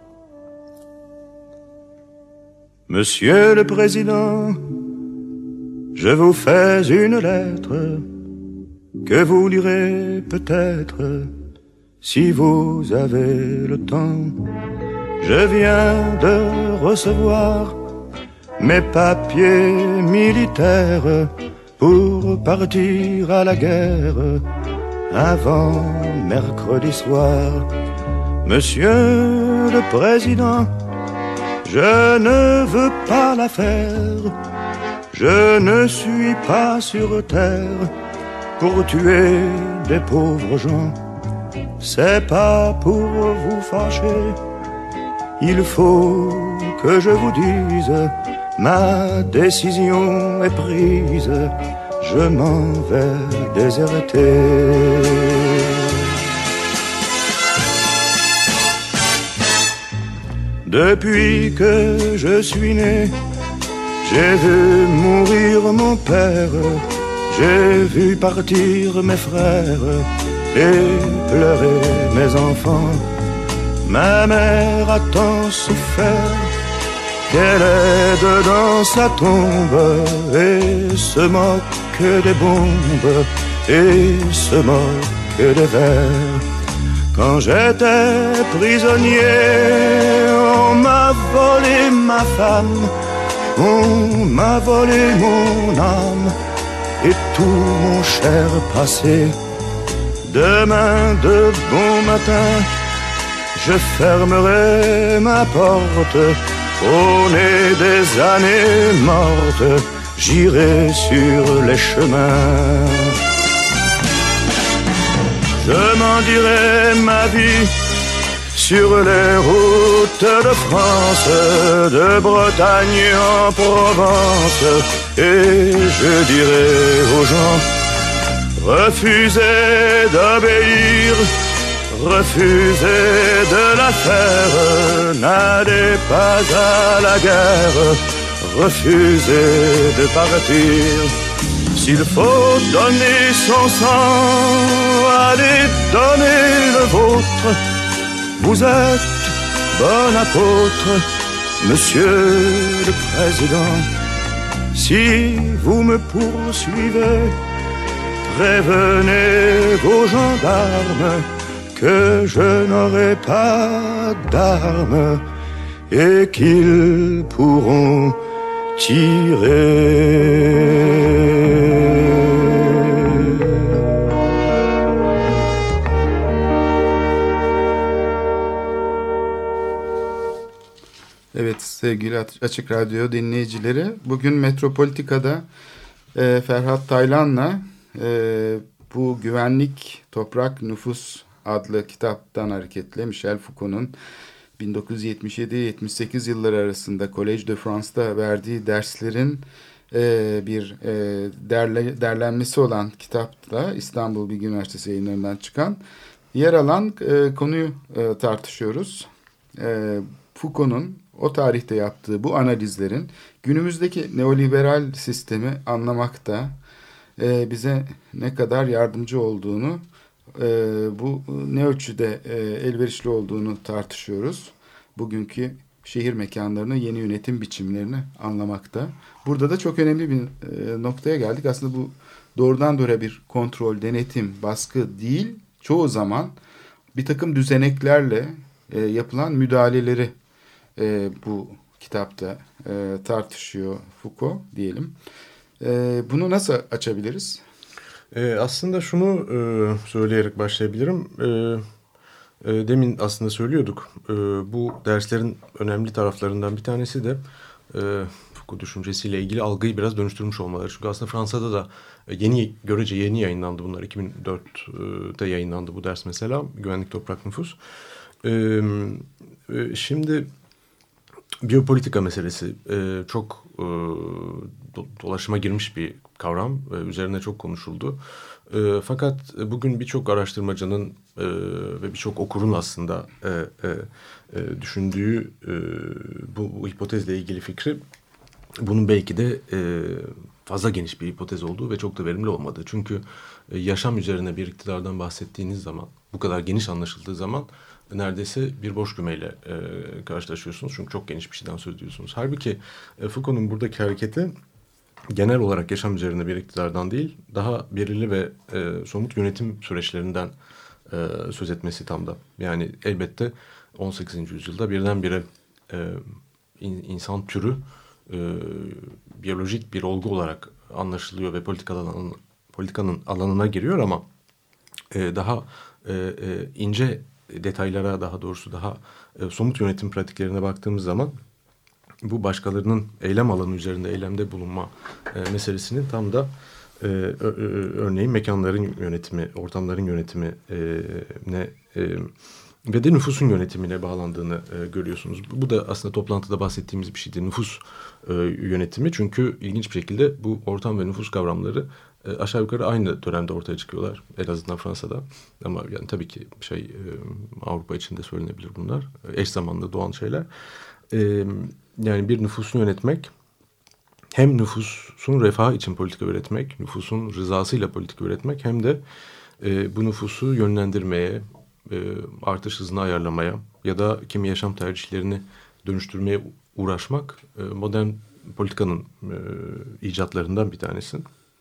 Monsieur le Président, je vous fais une lettre que vous lirez peut-être si vous avez le temps. Je viens de recevoir mes papiers militaires pour partir à la guerre avant mercredi soir. Monsieur le Président, je ne veux pas la faire. Je ne suis pas sur terre pour tuer des pauvres gens. C'est pas pour vous fâcher. Il faut que je vous dise, ma décision est prise. Je m'en vais déserter. Depuis que je suis né, j'ai vu mourir mon père, j'ai vu partir mes frères et pleurer mes enfants. Ma mère a tant souffert qu'elle est dedans sa tombe et se moque des bombes et se moque des vers. Quand j'étais prisonnier, on m'a volé ma femme, on m'a volé mon âme et tout mon cher passé. Demain de bon matin, je fermerai ma porte. Au nez des années mortes, j'irai sur les chemins. Je m'en dirai ma vie sur les routes de France, de Bretagne en Provence, et je dirai aux gens, refusez d'obéir, refusez de la faire, n'allez pas à la guerre, refusez de partir. S'il faut donner son sang, allez donner le vôtre. Vous êtes bon apôtre, Monsieur le Président. Si vous me poursuivez, prévenez vos gendarmes que je n'aurai pas d'armes et qu'ils pourront tirer. Evet sevgili Açık Radyo dinleyicileri, bugün Metropolitika'da e, Ferhat Taylan'la e, bu Güvenlik, Toprak, Nüfus adlı kitaptan hareketle Michel Foucault'un bin dokuz yüz yetmiş yedi yetmiş sekiz yılları arasında Collège de France'da verdiği derslerin e, bir e, derle, derlenmesi olan kitapta İstanbul Bilgi Üniversitesi yayınlarından çıkan yer alan e, konuyu e, tartışıyoruz. E, Foucault'un o tarihte yaptığı bu analizlerin günümüzdeki neoliberal sistemi anlamakta e, bize ne kadar yardımcı olduğunu, e, bu ne ölçüde e, elverişli olduğunu tartışıyoruz. Bugünkü şehir mekanlarını, yeni yönetim biçimlerini anlamakta. Burada da çok önemli bir e, noktaya geldik. Aslında bu doğrudan doğruya bir kontrol, denetim, baskı değil, çoğu zaman bir takım düzeneklerle e, yapılan müdahaleleri E, bu kitapta e, tartışıyor Foucault diyelim. E, bunu nasıl açabiliriz? E, aslında şunu e, söyleyerek başlayabilirim. E, e, demin aslında söylüyorduk. E, bu derslerin önemli taraflarından bir tanesi de e, Foucault düşüncesiyle ilgili algıyı biraz dönüştürmüş olmaları. Çünkü aslında Fransa'da da yeni, görece yeni yayınlandı bunlar. iki bin dörtte yayınlandı bu ders mesela. Güvenlik, Toprak, Nüfus. Ee, e, şimdi biyopolitika meselesi e, çok e, do, dolaşıma girmiş bir kavram. E, üzerine çok konuşuldu. E, fakat bugün birçok araştırmacının e, ve birçok okurun aslında e, e, e, düşündüğü e, bu, bu hipotezle ilgili fikri, bunun belki de e, fazla geniş bir hipotez olduğu ve çok da verimli olmadığı. Çünkü e, yaşam üzerine bir iktidardan bahsettiğiniz zaman, bu kadar geniş anlaşıldığı zaman neredeyse bir boş kümeyle e, karşılaşıyorsunuz. Çünkü çok geniş bir şeyden söz ediyorsunuz. Halbuki e, Foucault'un buradaki hareketi genel olarak yaşam üzerine bir iktidardan değil, daha belirli ve e, somut yönetim süreçlerinden e, söz etmesi tam da. Yani elbette on sekizinci yüzyılda birdenbire e, in, insan türü e, biyolojik bir olgu olarak anlaşılıyor ve politika alanı, politikanın alanına giriyor ama e, daha e, e, ince detaylara, daha doğrusu daha e, somut yönetim pratiklerine baktığımız zaman bu başkalarının eylem alanı üzerinde eylemde bulunma e, meselesinin tam da e, ö, ö, örneğin mekanların yönetimi, ortamların yönetimi e, ne e, ve de nüfusun yönetimine bağlandığını e, görüyorsunuz. Bu da aslında toplantıda bahsettiğimiz bir şeydi. Nüfus e, yönetimi, çünkü ilginç bir şekilde bu ortam ve nüfus kavramları e, aşağı yukarı aynı dönemde ortaya çıkıyorlar. En azından Fransa'da. Ama yani tabii ki şey e, Avrupa için de söylenebilir bunlar. Eş zamanlı doğan şeyler. E, yani bir nüfusu yönetmek, hem nüfusun refahı için politika üretmek, nüfusun rızasıyla politika üretmek, hem de e, bu nüfusu yönlendirmeye, e, artış hızını ayarlamaya ya da kimi yaşam tercihlerini dönüştürmeye uğraşmak e, modern politikanın e, icatlarından bir tanesi.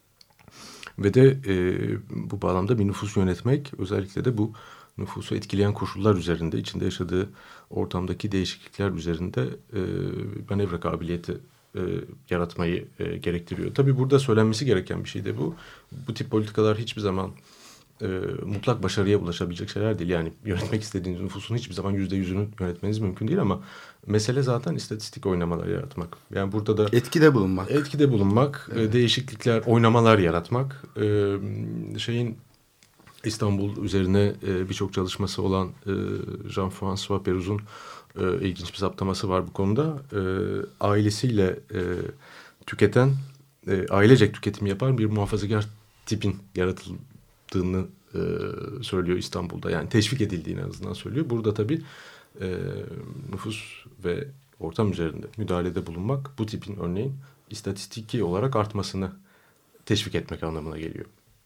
Ve de e, bu bağlamda bir nüfus yönetmek, özellikle de bu nüfusu etkileyen koşullar üzerinde, içinde yaşadığı ortamdaki değişiklikler üzerinde e, manevra kabiliyeti e, yaratmayı e, gerektiriyor. Tabii burada söylenmesi gereken bir şey de bu. Bu tip politikalar hiçbir zaman e, mutlak başarıya ulaşabilecek şeyler değil. Yani yönetmek istediğiniz nüfusun hiçbir zaman yüzde yüzünü yönetmeniz mümkün değil ama mesele zaten istatistik oynamalar yaratmak. Yani burada da Etkide bulunmak. Etkide bulunmak, evet. e, değişiklikler, oynamalar yaratmak. E, şeyin İstanbul üzerine e, birçok çalışması olan e, Jean-François Peruz'un e, ilginç bir saptaması var bu konuda. E, ailesiyle e, tüketen, e, ailecek tüketim yapan bir muhafazakar tipin yaratıldığını e, söylüyor İstanbul'da. Yani teşvik edildiğini en azından söylüyor. Burada tabii e, nüfus ve ortam üzerinde müdahalede bulunmak, bu tipin örneğin istatistiki olarak artmasını teşvik etmek anlamına geliyor.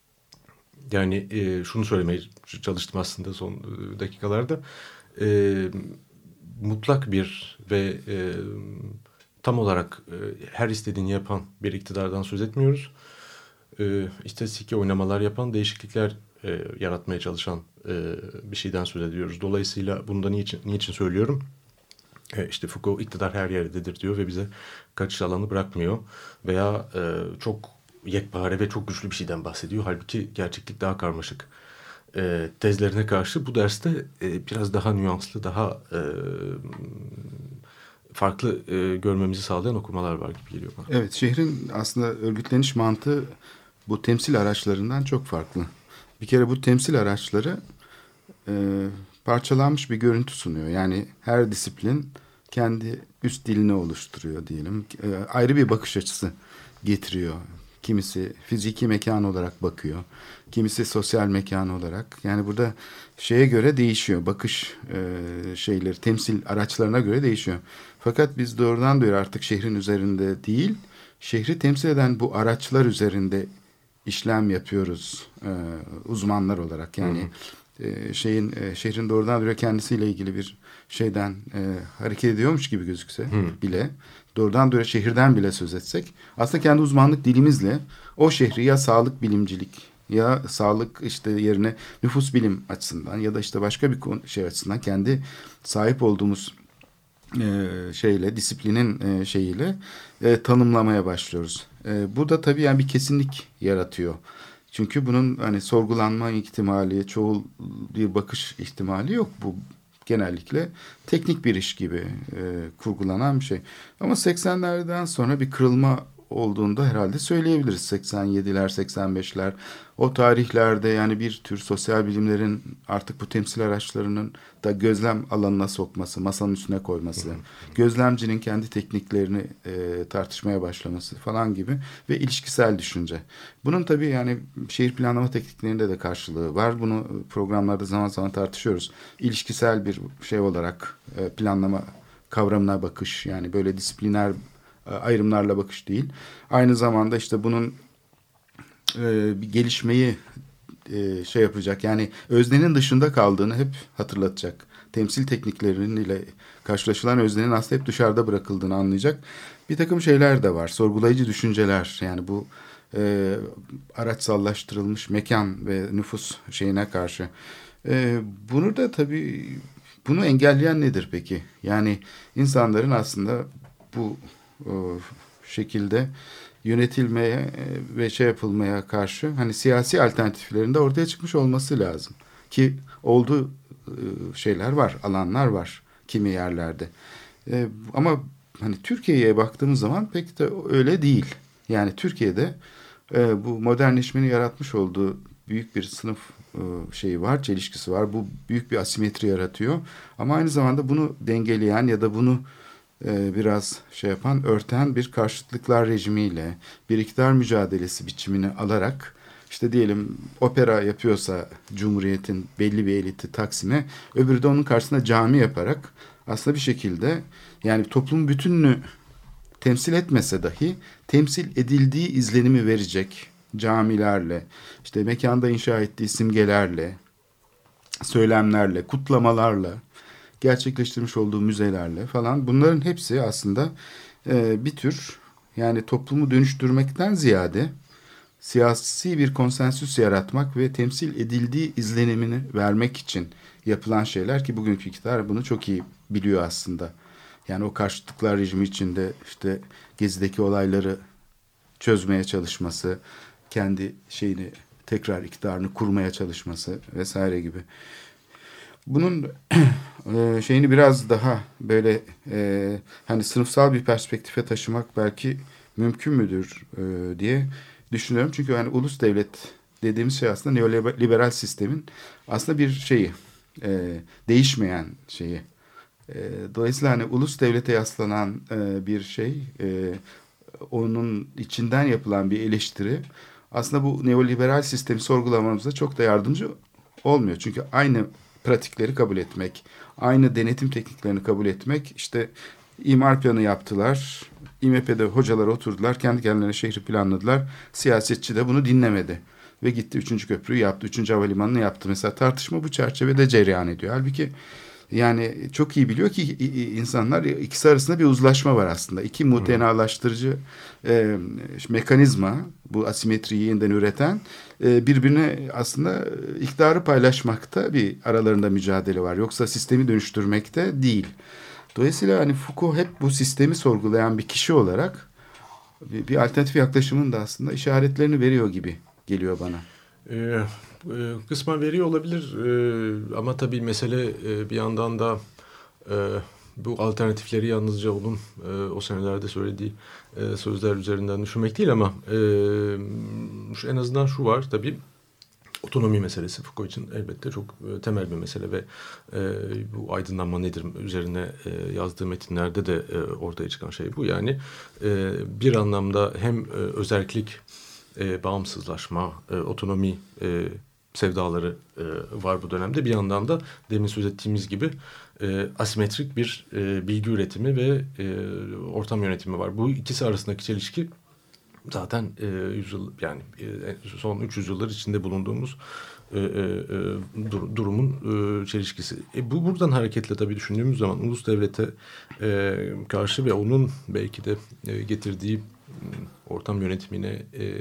Yani e, şunu söylemeye çalıştım aslında son e, dakikalarda. E, mutlak bir ve e, tam olarak e, her istediğini yapan bir iktidardan söz etmiyoruz. E, istatistiki oynamalar yapan, değişiklikler e, yaratmaya çalışan e, bir şeyden söz ediyoruz. Dolayısıyla bunu da niçin, niçin söylüyorum? E, işte Foucault iktidar her yerdedir diyor ve bize kaçış alanı bırakmıyor. Veya e, çok yekpare ve çok güçlü bir şeyden bahsediyor. Halbuki gerçeklik daha karmaşık. E, tezlerine karşı bu derste e, biraz daha nüanslı, daha e, farklı e, görmemizi sağlayan okumalar var gibi geliyor bana. Evet, şehrin aslında örgütleniş mantığı bu temsil araçlarından çok farklı. Bir kere bu temsil araçları e, parçalanmış bir görüntü sunuyor. Yani her disiplin kendi üst dilini oluşturuyor diyelim. E, ayrı bir bakış açısı getiriyor. Kimisi fiziki mekan olarak bakıyor. Kimisi sosyal mekan olarak. Yani burada şeye göre değişiyor. Bakış e, şeyleri, temsil araçlarına göre değişiyor. Fakat biz doğrudan doğruya artık şehrin üzerinde değil, şehri temsil eden bu araçlar üzerinde işlem yapıyoruz e, uzmanlar olarak. Yani e, şeyin e, şehrin doğrudan doğruya kendisiyle ilgili bir şeyden e, hareket ediyormuş gibi gözükse hı. bile, doğrudan doğruya şehirden bile söz etsek, aslında kendi uzmanlık dilimizle o şehri ya sağlık bilimcilik ya sağlık işte yerine nüfus bilim açısından ya da işte başka bir konu, şey açısından kendi sahip olduğumuz e, şeyle, disiplinin e, şeyiyle e, tanımlamaya başlıyoruz. E, bu da tabii yani bir kesinlik yaratıyor. Çünkü bunun hani sorgulanma ihtimali, çoğul bir bakış ihtimali yok. Bu genellikle teknik bir iş gibi e, kurgulanan bir şey. Ama seksenlerden sonra bir kırılma olduğunda herhalde söyleyebiliriz. seksen yediler, seksen beşler. O tarihlerde yani bir tür sosyal bilimlerin artık bu temsil araçlarının da gözlem alanına sokması, masanın üstüne koyması, gözlemcinin kendi tekniklerini e, tartışmaya başlaması falan gibi ve ilişkisel düşünce. Bunun tabii yani şehir planlama tekniklerinde de karşılığı var. Bunu programlarda zaman zaman tartışıyoruz. İlişkisel bir şey olarak e, planlama kavramına bakış, yani böyle disipliner ayrımlarla bakış değil. Aynı zamanda işte bunun e, bir gelişmeyi e, şey yapacak. Yani öznenin dışında kaldığını hep hatırlatacak. Temsil teknikleriyle karşılaşılan öznenin aslında hep dışarıda bırakıldığını anlayacak. Bir takım şeyler de var. Sorgulayıcı düşünceler. Yani bu e, araçsallaştırılmış mekan ve nüfus şeyine karşı. E, bunu da tabii bunu engelleyen nedir peki? Yani insanların aslında bu o şekilde yönetilmeye ve şey yapılmaya karşı hani siyasi alternatiflerin de ortaya çıkmış olması lazım. Ki olduğu şeyler var, alanlar var kimi yerlerde. E, ama hani Türkiye'ye baktığımız zaman pek de öyle değil. Yani Türkiye'de e, bu modernleşmenin yaratmış olduğu büyük bir sınıf e, şeyi var, çelişkisi var. Bu büyük bir asimetri yaratıyor. Ama aynı zamanda bunu dengeleyen ya da bunu biraz şey yapan, örten bir karşıtlıklar rejimiyle bir iktidar mücadelesi biçimini alarak işte diyelim opera yapıyorsa Cumhuriyet'in belli bir eliti Taksim'e, öbürü de onun karşısında cami yaparak aslında bir şekilde yani toplumun bütününü temsil etmese dahi temsil edildiği izlenimi verecek camilerle, işte mekanda inşa ettiği simgelerle, söylemlerle, kutlamalarla, gerçekleştirmiş olduğu müzelerle falan, bunların hepsi aslında e, bir tür yani toplumu dönüştürmekten ziyade siyasi bir konsensüs yaratmak ve temsil edildiği izlenimini vermek için yapılan şeyler ki bugünkü iktidar bunu çok iyi biliyor aslında. Yani o karşıtlıklar rejimi içinde işte Gezi'deki olayları çözmeye çalışması, kendi şeyini tekrar iktidarını kurmaya çalışması vesaire gibi. Bunun e, şeyini biraz daha böyle e, hani sınıfsal bir perspektife taşımak belki mümkün müdür e, diye düşünüyorum. Çünkü yani ulus devlet dediğimiz şey aslında neoliberal sistemin aslında bir şeyi, e, değişmeyen şeyi. E, dolayısıyla hani ulus devlete yaslanan e, bir şey, e, onun içinden yapılan bir eleştiri aslında bu neoliberal sistemi sorgulamamıza çok da yardımcı olmuyor. Çünkü aynı pratikleri kabul etmek, aynı denetim tekniklerini kabul etmek, işte imar planı yaptılar, İ M P'de hocalar oturdular, kendi kendilerine şehri planladılar, siyasetçi de bunu dinlemedi ve gitti üçüncü köprüyü yaptı, üçüncü havalimanını yaptı. Mesela tartışma bu çerçevede cereyan ediyor. Halbuki yani çok iyi biliyor ki insanlar, ikisi arasında bir uzlaşma var aslında. İki mutenalaştırıcı e, mekanizma, bu asimetriyi yeniden üreten, e, birbirine aslında iktidarı paylaşmakta bir aralarında mücadele var. Yoksa sistemi dönüştürmekte değil. Dolayısıyla hani Foucault hep bu sistemi sorgulayan bir kişi olarak bir, bir alternatif yaklaşımın da aslında işaretlerini veriyor gibi geliyor bana. Ee, e, kısmen veriyor olabilir ee, ama tabii mesele e, bir yandan da e, bu alternatifleri yalnızca onun e, o senelerde söylediği e, sözler üzerinden düşünmek değil ama e, şu, en azından şu var tabii, otonomi meselesi Foucault için elbette çok e, temel bir mesele ve e, bu aydınlanma nedir üzerine e, yazdığı metinlerde de e, ortaya çıkan şey bu. Yani e, bir anlamda hem e, özerklik, E, bağımsızlaşma, e, otonomi e, sevdaları e, var bu dönemde. Bir yandan da demin söz ettiğimiz gibi e, asimetrik bir e, bilgi üretimi ve e, ortam yönetimi var. Bu ikisi arasındaki çelişki zaten e, yüzyıl yani e, son üç yüz yıllar içinde bulunduğumuz e, e, dur, durumun e, çelişkisi. E, bu buradan hareketle tabii düşündüğümüz zaman ulus devlete e, karşı ve onun belki de e, getirdiği ortam yönetimine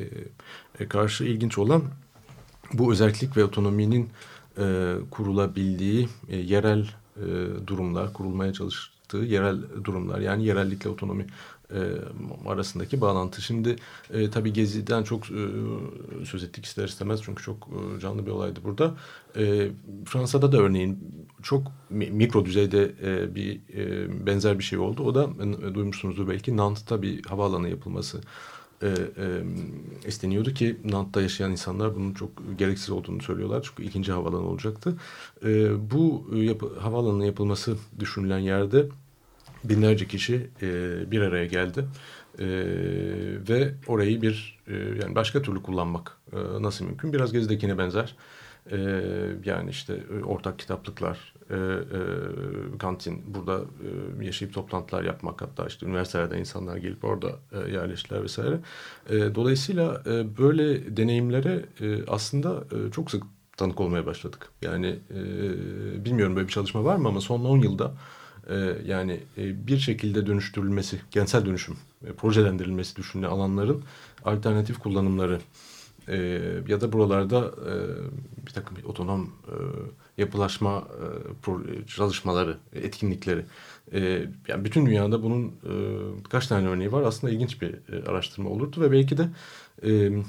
e, karşı ilginç olan bu özellik ve otonominin e, kurulabildiği e, yerel e, durumlar, kurulmaya çalıştığı baktığı yerel durumlar, yani yerellikle otonomi e, arasındaki bağlantı. Şimdi e, tabii Gezi'den çok e, söz ettik ister istemez çünkü çok e, canlı bir olaydı burada. E, Fransa'da da örneğin çok mi, mikro düzeyde e, bir e, benzer bir şey oldu. O da e, duymuşsunuzdur belki, Nantes'ta bir havaalanı yapılması E, e, isteniyordu ki Nantes'ta yaşayan insanlar bunun çok gereksiz olduğunu söylüyorlar. Çünkü ikinci havaalanı olacaktı. E, bu yapı, havaalanının yapılması düşünülen yerde binlerce kişi e, bir araya geldi. E, ve orayı bir e, yani başka türlü kullanmak e, nasıl mümkün? Biraz Gezi'dekine benzer. E, yani işte ortak kitaplıklar, e, e, kantin, burada e, yaşayıp toplantılar yapmak, hatta işte üniversitelerden insanlar gelip orada e, yerleştiler vesaire. E, dolayısıyla e, böyle deneyimlere e, aslında e, çok sık tanık olmaya başladık. Yani e, bilmiyorum böyle bir çalışma var mı ama son on yılda e, yani e, bir şekilde dönüştürülmesi, kentsel dönüşüm, e, projelendirilmesi düşünülen alanların alternatif kullanımları e, ya da buralarda e, bir takım otonom e, yapılaşma e, pro, çalışmaları, etkinlikleri. E, yani bütün dünyada bunun e, birkaç tane örneği var. Aslında ilginç bir e, araştırma olurdu ve belki de e,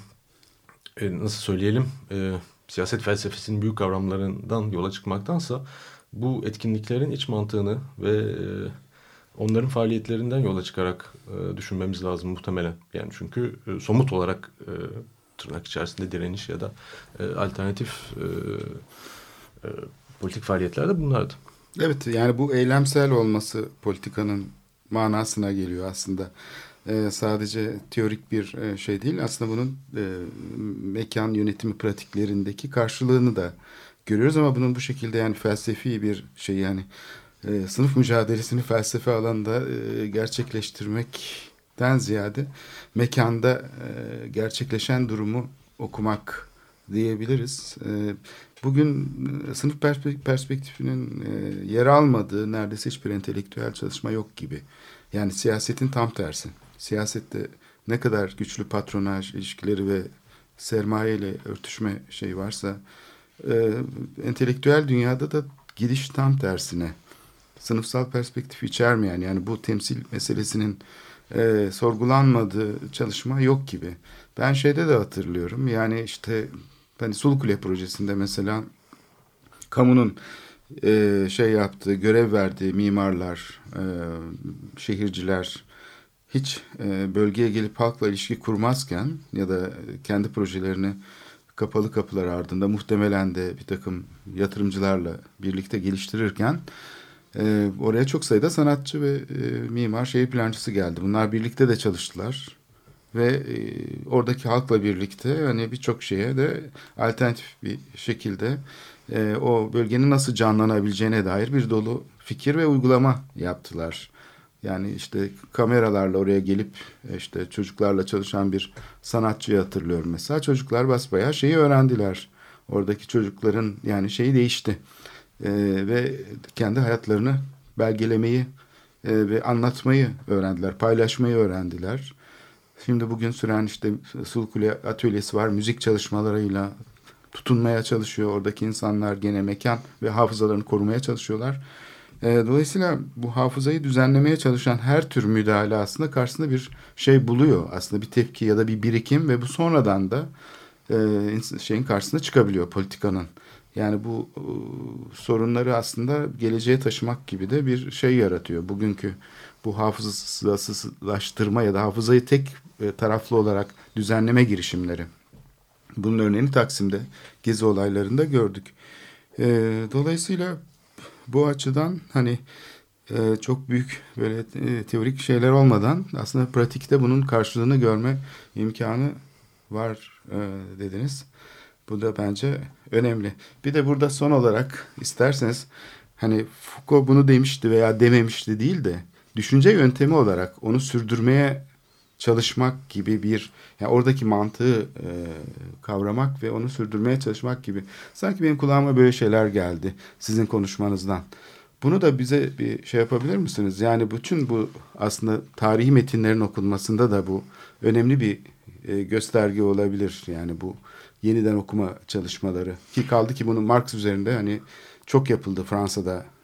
e, nasıl söyleyelim, e, siyaset felsefesinin büyük kavramlarından yola çıkmaktansa bu etkinliklerin iç mantığını ve e, onların faaliyetlerinden yola çıkarak e, düşünmemiz lazım muhtemelen. Yani çünkü e, somut olarak e, tırnak içerisinde direniş ya da e, alternatif e, e, politik faaliyetler de bunlardı. Evet, yani bu eylemsel olması politikanın manasına geliyor aslında. Ee, sadece teorik bir e, şey değil. Aslında bunun e, mekan yönetimi pratiklerindeki karşılığını da görüyoruz ama bunun bu şekilde yani felsefi bir şey, yani e, sınıf mücadelesini felsefe alanında e, gerçekleştirmekten ziyade mekanda e, gerçekleşen durumu okumak diyebiliriz. E, bugün e, sınıf perspektifinin e, yer almadığı neredeyse hiçbir entelektüel çalışma yok gibi. Yani siyasetin tam tersi. Siyasette ne kadar güçlü patronaj ilişkileri ve sermaye ile örtüşme şey varsa e, entelektüel dünyada da gidiş tam tersine. Sınıfsal perspektif içermeyen, yani bu temsil meselesinin e, sorgulanmadığı çalışma yok gibi. Ben şeyde de hatırlıyorum, yani işte hani Sulukule projesinde mesela kamunun e, şey yaptığı, görev verdiği mimarlar, e, şehirciler hiç e, bölgeye gelip halkla ilişki kurmazken ya da kendi projelerini kapalı kapılar ardında muhtemelen de bir takım yatırımcılarla birlikte geliştirirken e, oraya çok sayıda sanatçı ve e, mimar, şehir plancısı geldi. Bunlar birlikte de çalıştılar ve e, oradaki halkla birlikte hani birçok şeye de alternatif bir şekilde e, o bölgenin nasıl canlanabileceğine dair bir dolu fikir ve uygulama yaptılar. Yani işte kameralarla oraya gelip işte çocuklarla çalışan bir sanatçıyı hatırlıyorum mesela. Çocuklar basbayağı şeyi öğrendiler. Oradaki çocukların yani şeyi değişti. Ee, ve kendi hayatlarını belgelemeyi e, ve anlatmayı öğrendiler. Paylaşmayı öğrendiler. Şimdi bugün süren işte Sulukule atölyesi var. Müzik çalışmalarıyla tutunmaya çalışıyor. Oradaki insanlar gene mekan ve hafızalarını korumaya çalışıyorlar. Dolayısıyla bu hafızayı düzenlemeye çalışan her tür müdahale aslında karşısında bir şey buluyor. Aslında bir tepki ya da bir birikim ve bu sonradan da e, şeyin karşısına çıkabiliyor politikanın. Yani bu e, sorunları aslında geleceğe taşımak gibi de bir şey yaratıyor. Bugünkü bu hafızasızlaştırma ya da hafızayı tek e, taraflı olarak düzenleme girişimleri. Bunun örneğini Taksim'de Gezi olaylarında gördük. E, dolayısıyla bu açıdan hani e, çok büyük böyle e, teorik şeyler olmadan aslında pratikte bunun karşılığını görme imkanı var e, dediniz. Bu da bence önemli. Bir de burada son olarak isterseniz hani Foucault bunu demişti veya dememişti değil de düşünce yöntemi olarak onu sürdürmeye çalışmak gibi bir, yani oradaki mantığı e, kavramak ve onu sürdürmeye çalışmak gibi. Sanki benim kulağıma böyle şeyler geldi sizin konuşmanızdan. Bunu da bize bir şey yapabilir misiniz? Yani bütün bu aslında tarihi metinlerin okunmasında da bu önemli bir e, gösterge olabilir. Yani bu yeniden okuma çalışmaları. Ki kaldı ki bunun Marx üzerinde hani çok yapıldı Fransa'da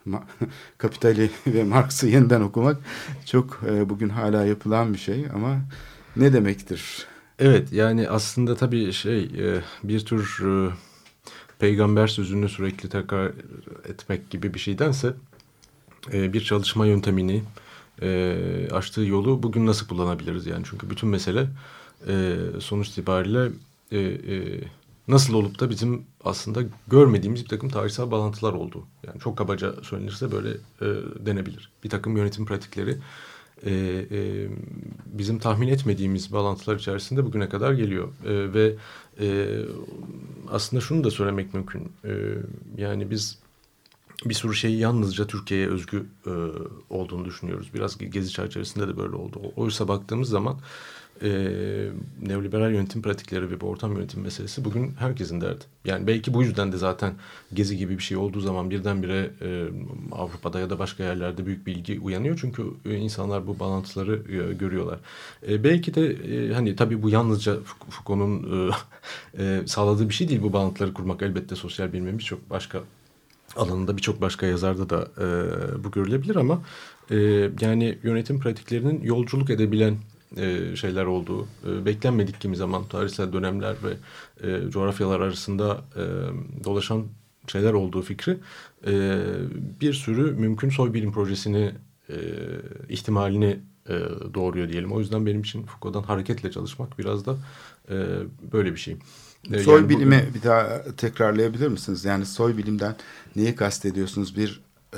Kapital'i ve Marx'ı yeniden okumak çok e, bugün hala yapılan bir şey ama ne demektir? Evet, yani aslında tabii şey e, bir tür e, peygamber sözünü sürekli tekrar etmek gibi bir şeydense e, bir çalışma yöntemini, e, açtığı yolu bugün nasıl kullanabiliriz yani? Çünkü bütün mesele e, sonuç itibariyle e, e, nasıl olup da bizim aslında görmediğimiz bir takım tarihsel bağlantılar olduğu. Yani çok kabaca söylenirse böyle e, denebilir. Bir takım yönetim pratikleri e, e, bizim tahmin etmediğimiz bağlantılar içerisinde bugüne kadar geliyor. E, ve e, aslında şunu da söylemek mümkün. E, yani biz bir sürü şeyi yalnızca Türkiye'ye özgü e, olduğunu düşünüyoruz. Biraz Gezi çerçevesinde de böyle oldu. Oysa baktığımız zaman e, neoliberal yönetim pratikleri ve bu ortam yönetim meselesi bugün herkesin derdi. Yani belki bu yüzden de zaten Gezi gibi bir şey olduğu zaman birdenbire e, Avrupa'da ya da başka yerlerde büyük bir ilgi uyanıyor. Çünkü e, insanlar bu bağlantıları e, görüyorlar. E, belki de e, hani tabii bu yalnızca Foucault'un e, e, sağladığı bir şey değil bu bağlantıları kurmak. Elbette sosyal bilimin birçok başka alanında birçok başka yazarda da e, bu görülebilir ama e, yani yönetim pratiklerinin yolculuk edebilen e, şeyler olduğu, e, beklenmedik kimi zaman tarihsel dönemler ve e, coğrafyalar arasında e, dolaşan şeyler olduğu fikri e, bir sürü mümkün soybilim projesini e, ihtimalini e, doğuruyor diyelim. O yüzden benim için Foucault'dan hareketle çalışmak biraz da e, böyle bir şey. Soy yani bilimi bugün, bir daha tekrarlayabilir misiniz? Yani soy bilimden neyi kastediyorsunuz? Bir e,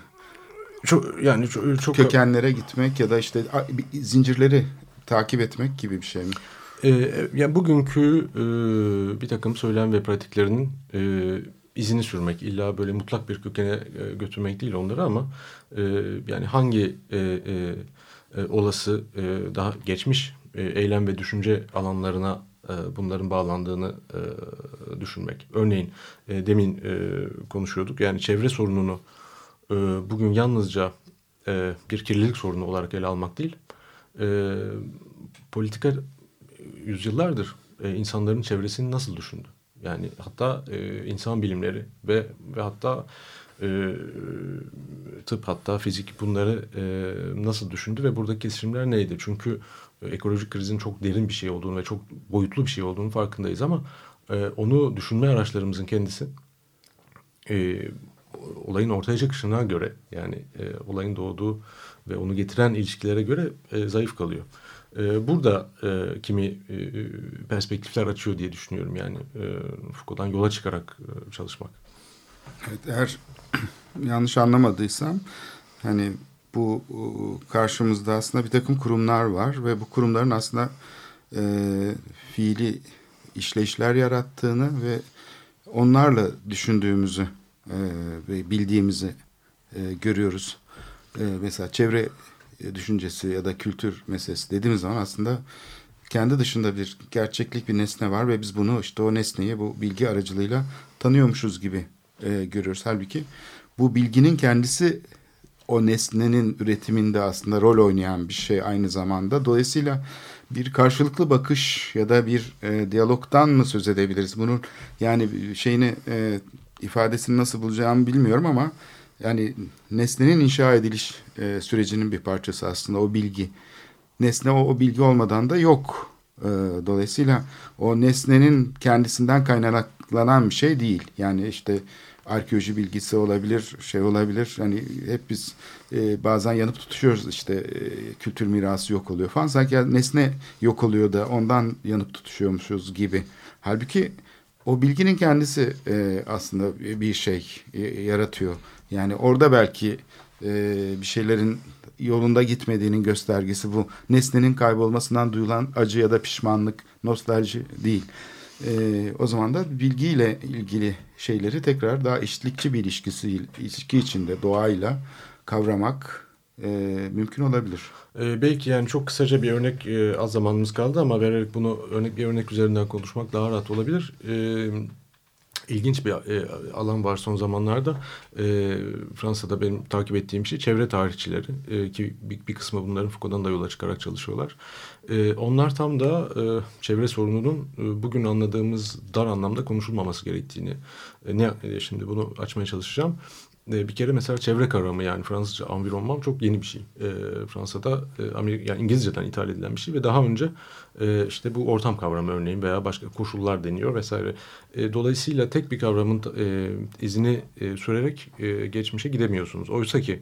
çok yani çok, çok kökenlere gitmek ya da işte zincirleri takip etmek gibi bir şey mi? E, yani bugünkü e, bir takım söylem ve pratiklerinin e, izini sürmek, illa böyle mutlak bir kökene e, götürmek değil onları ama e, yani hangi e, e, e, olası e, daha geçmiş e, eylem ve düşünce alanlarına bunların bağlandığını e, düşünmek. Örneğin e, demin e, konuşuyorduk. Yani çevre sorununu e, bugün yalnızca e, bir kirlilik sorunu olarak ele almak değil. E, politika yüzyıllardır e, insanların çevresini nasıl düşündü? Yani hatta e, insan bilimleri ve ve hatta e, tıp hatta fizik bunları e, nasıl düşündü ve buradaki kesişimler neydi? Çünkü ekolojik krizin çok derin bir şey olduğunu ve çok boyutlu bir şey olduğunu farkındayız ama e, onu düşünme araçlarımızın kendisi e, olayın ortaya çıkışına göre yani e, olayın doğduğu ve onu getiren ilişkilere göre e, zayıf kalıyor. E, burada e, kimi e, perspektifler açıyor diye düşünüyorum yani e, Foucault'dan yola çıkarak e, çalışmak. Evet, eğer yanlış anlamadıysam hani bu karşımızda aslında bir takım kurumlar var ve bu kurumların aslında e, fiili işleyişler yarattığını ve onlarla düşündüğümüzü e, ve bildiğimizi e, görüyoruz. E, mesela çevre düşüncesi ya da kültür meselesi dediğimiz zaman aslında kendi dışında bir gerçeklik bir nesne var ve biz bunu işte o nesneyi bu bilgi aracılığıyla tanıyormuşuz gibi e, görüyoruz. Halbuki bu bilginin kendisi o nesnenin üretiminde aslında rol oynayan bir şey aynı zamanda. Dolayısıyla bir karşılıklı bakış ya da bir e, diyalogtan mı söz edebiliriz? Bunun yani şeyini e, ifadesini nasıl bulacağımı bilmiyorum ama yani nesnenin inşa ediliş e, sürecinin bir parçası aslında o bilgi. Nesne o, o bilgi olmadan da yok. E, dolayısıyla o nesnenin kendisinden kaynaklanan bir şey değil. Yani işte arkeoloji bilgisi olabilir, şey olabilir. Hani hep biz e, bazen yanıp tutuşuyoruz işte e, kültür mirası yok oluyor falan. Sanki nesne yok oluyor da ondan yanıp tutuşuyormuşuz gibi. Halbuki o bilginin kendisi e, aslında bir şey e, yaratıyor. Yani orada belki e, bir şeylerin yolunda gitmediğinin göstergesi bu. Nesnenin kaybolmasından duyulan acı ya da pişmanlık, nostalji değil. Ee, o zaman da bilgiyle ilgili şeyleri tekrar daha eşitlikçi bir ilişkisi, ilişki içinde doğayla kavramak e, mümkün olabilir. Ee, belki yani çok kısaca bir örnek e, az zamanımız kaldı ama vererek bunu örnek bir örnek üzerinden konuşmak daha rahat olabilir. Ee, ilginç bir e, alan var son zamanlarda. E, Fransa'da benim takip ettiğim şey çevre tarihçileri e, ki bir, bir kısmı bunların Foucault'dan da yola çıkarak çalışıyorlar. E, onlar tam da e, çevre sorununun e, bugün anladığımız dar anlamda konuşulmaması gerektiğini e, ne e, şimdi bunu açmaya çalışacağım. E, bir kere mesela çevre kavramı, yani Fransızca environnement çok yeni bir şey. E, Fransa'da e, Amerika, yani İngilizceden ithal edilen bir şey ve daha önce e, işte bu ortam kavramı örneğin veya başka koşullar deniyor vesaire. E, dolayısıyla tek bir kavramın e, izini e, sürerek e, geçmişe gidemiyorsunuz. Oysa ki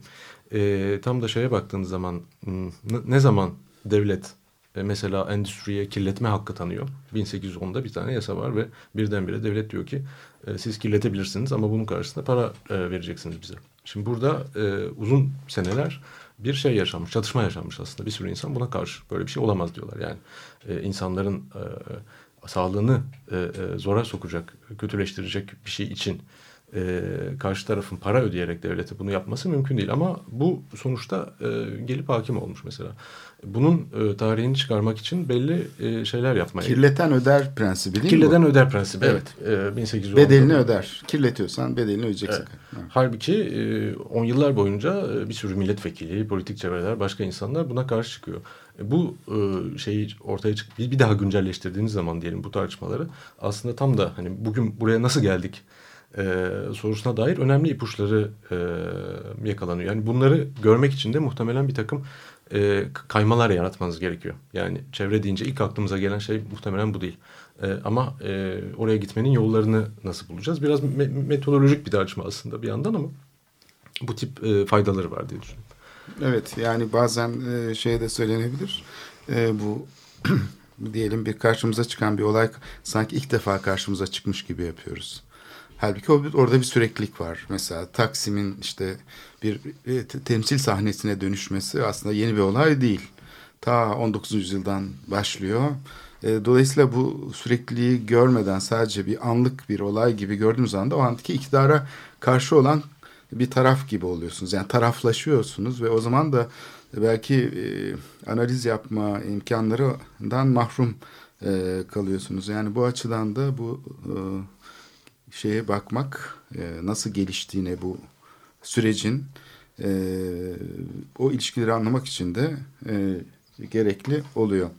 e, tam da şeye baktığınız zaman ne, ne zaman devlet e, mesela endüstriye kirletme hakkı tanıyor. bin sekiz yüz onda bir tane yasa var ve birdenbire devlet diyor ki e, siz kirletebilirsiniz ama bunun karşısında para e, vereceksiniz bize. Şimdi burada e, uzun seneler bir şey yaşanmış, çatışma yaşanmış aslında. Bir sürü insan buna karşı, böyle bir şey olamaz diyorlar. Yani e, insanların e, sağlığını e, e, zora sokacak, kötüleştirecek bir şey için e, karşı tarafın para ödeyerek devlete bunu yapması mümkün değil. Ama bu sonuçta e, gelip hakim olmuş mesela. Bunun e, tarihini çıkarmak için belli e, şeyler yapmaya. Kirleten öder prensibi değil Kirleten mi bu? öder prensibi, evet. evet. E, bin sekiz yüz onda Bedelini öder. Kirletiyorsan bedelini ödeyeceksin. Evet. Evet. Halbuki e, on yıllar boyunca e, bir sürü milletvekili, politik çevreler, başka insanlar buna karşı çıkıyor. E, bu e, şeyi ortaya çık bir, bir daha güncelleştirdiğiniz zaman diyelim bu tartışmaları, aslında tam da hani bugün buraya nasıl geldik e, sorusuna dair önemli ipuçları e, yakalanıyor. Yani bunları görmek için de muhtemelen bir takım e, kaymalar yaratmanız gerekiyor. Yani çevre deyince ilk aklımıza gelen şey muhtemelen bu değil. E, ama e, oraya gitmenin yollarını nasıl bulacağız? Biraz me- metodolojik bir tartışma aslında bir yandan ama bu tip e, faydaları var diye düşünüyorum. Evet, yani bazen e, şey de söylenebilir. E, bu diyelim bir karşımıza çıkan bir olay sanki ilk defa karşımıza çıkmış gibi yapıyoruz. Halbuki o, orada bir süreklilik var. Mesela Taksim'in işte bir e, temsil sahnesine dönüşmesi aslında yeni bir olay değil. Ta on dokuzuncu yüzyıldan başlıyor. E, dolayısıyla bu sürekliliği görmeden sadece bir anlık bir olay gibi gördüğümüz anda o andaki iktidara karşı olan bir taraf gibi oluyorsunuz. Yani taraflaşıyorsunuz ve o zaman da belki e, analiz yapma imkanlarından mahrum e, kalıyorsunuz. Yani bu açıdan da bu e, şeye bakmak, e, nasıl geliştiğine bu sürecin e, o ilişkileri anlamak için de e, gerekli oluyor.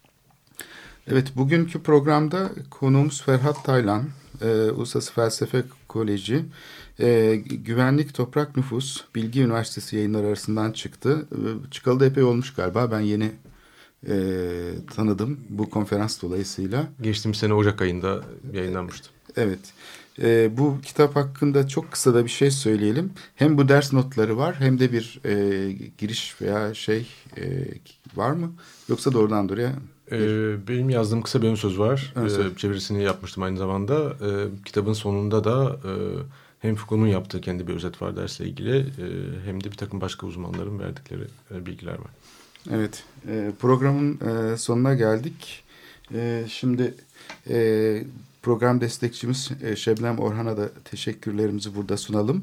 Evet, bugünkü programda konuğumuz Ferhat Taylan, e, Uluslararası Felsefe Koleji e, Güvenlik Toprak Nüfus Bilgi Üniversitesi yayınları arasından çıktı. E, çıkalı da epey olmuş galiba. Ben yeni e, tanıdım bu konferans dolayısıyla. Geçtiğimiz sene Ocak ayında yayınlanmıştı. Evet. E, bu kitap hakkında çok kısa da bir şey söyleyelim. Hem bu ders notları var hem de bir e, giriş veya şey e, var mı? Yoksa doğrudan doğruya... Ee, benim yazdığım kısa bir ön söz var. Ön söz. Ee, çevirisini yapmıştım aynı zamanda. Ee, kitabın sonunda da e, hem Foucault'un yaptığı kendi bir özet var dersle ilgili e, hem de bir takım başka uzmanların verdikleri e, bilgiler var. Evet, e, programın e, sonuna geldik. E, şimdi e, program destekçimiz e, Şebnem Orhan'a da teşekkürlerimizi burada sunalım.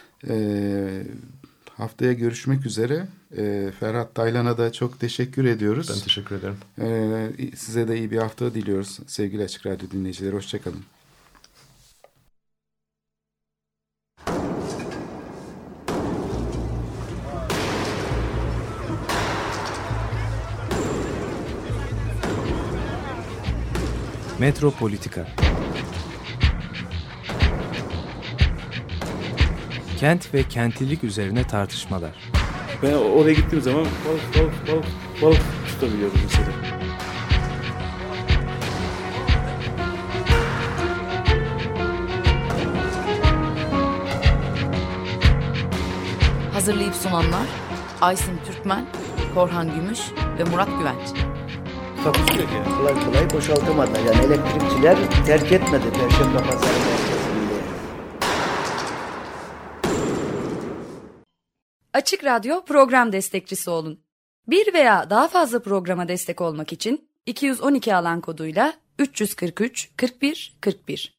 E, haftaya görüşmek üzere. E, Ferhat Taylan'a da çok teşekkür ediyoruz. Ben teşekkür ederim. E, size de iyi bir hafta diliyoruz sevgili Açık Radyo dinleyicileri. Hoşçakalın. Metropolitika. Kent ve kentlilik üzerine tartışmalar. Ben oraya gittiğim zaman balık balık balık balık tutabiliyordum mesela. Hazırlayıp sunanlar Aysin Türkmen, Korhan Gümüş ve Murat Güvenç. Takusuyor ki. Kolay kolay boşaltamadı. Yani elektrikçiler terk etmedi Perşembe Pazarı merkezinde. Açık Radyo program destekçisi olun. Bir veya daha fazla programa destek olmak için iki yüz on iki alan koduyla üç yüz kırk üç kırk bir kırk bir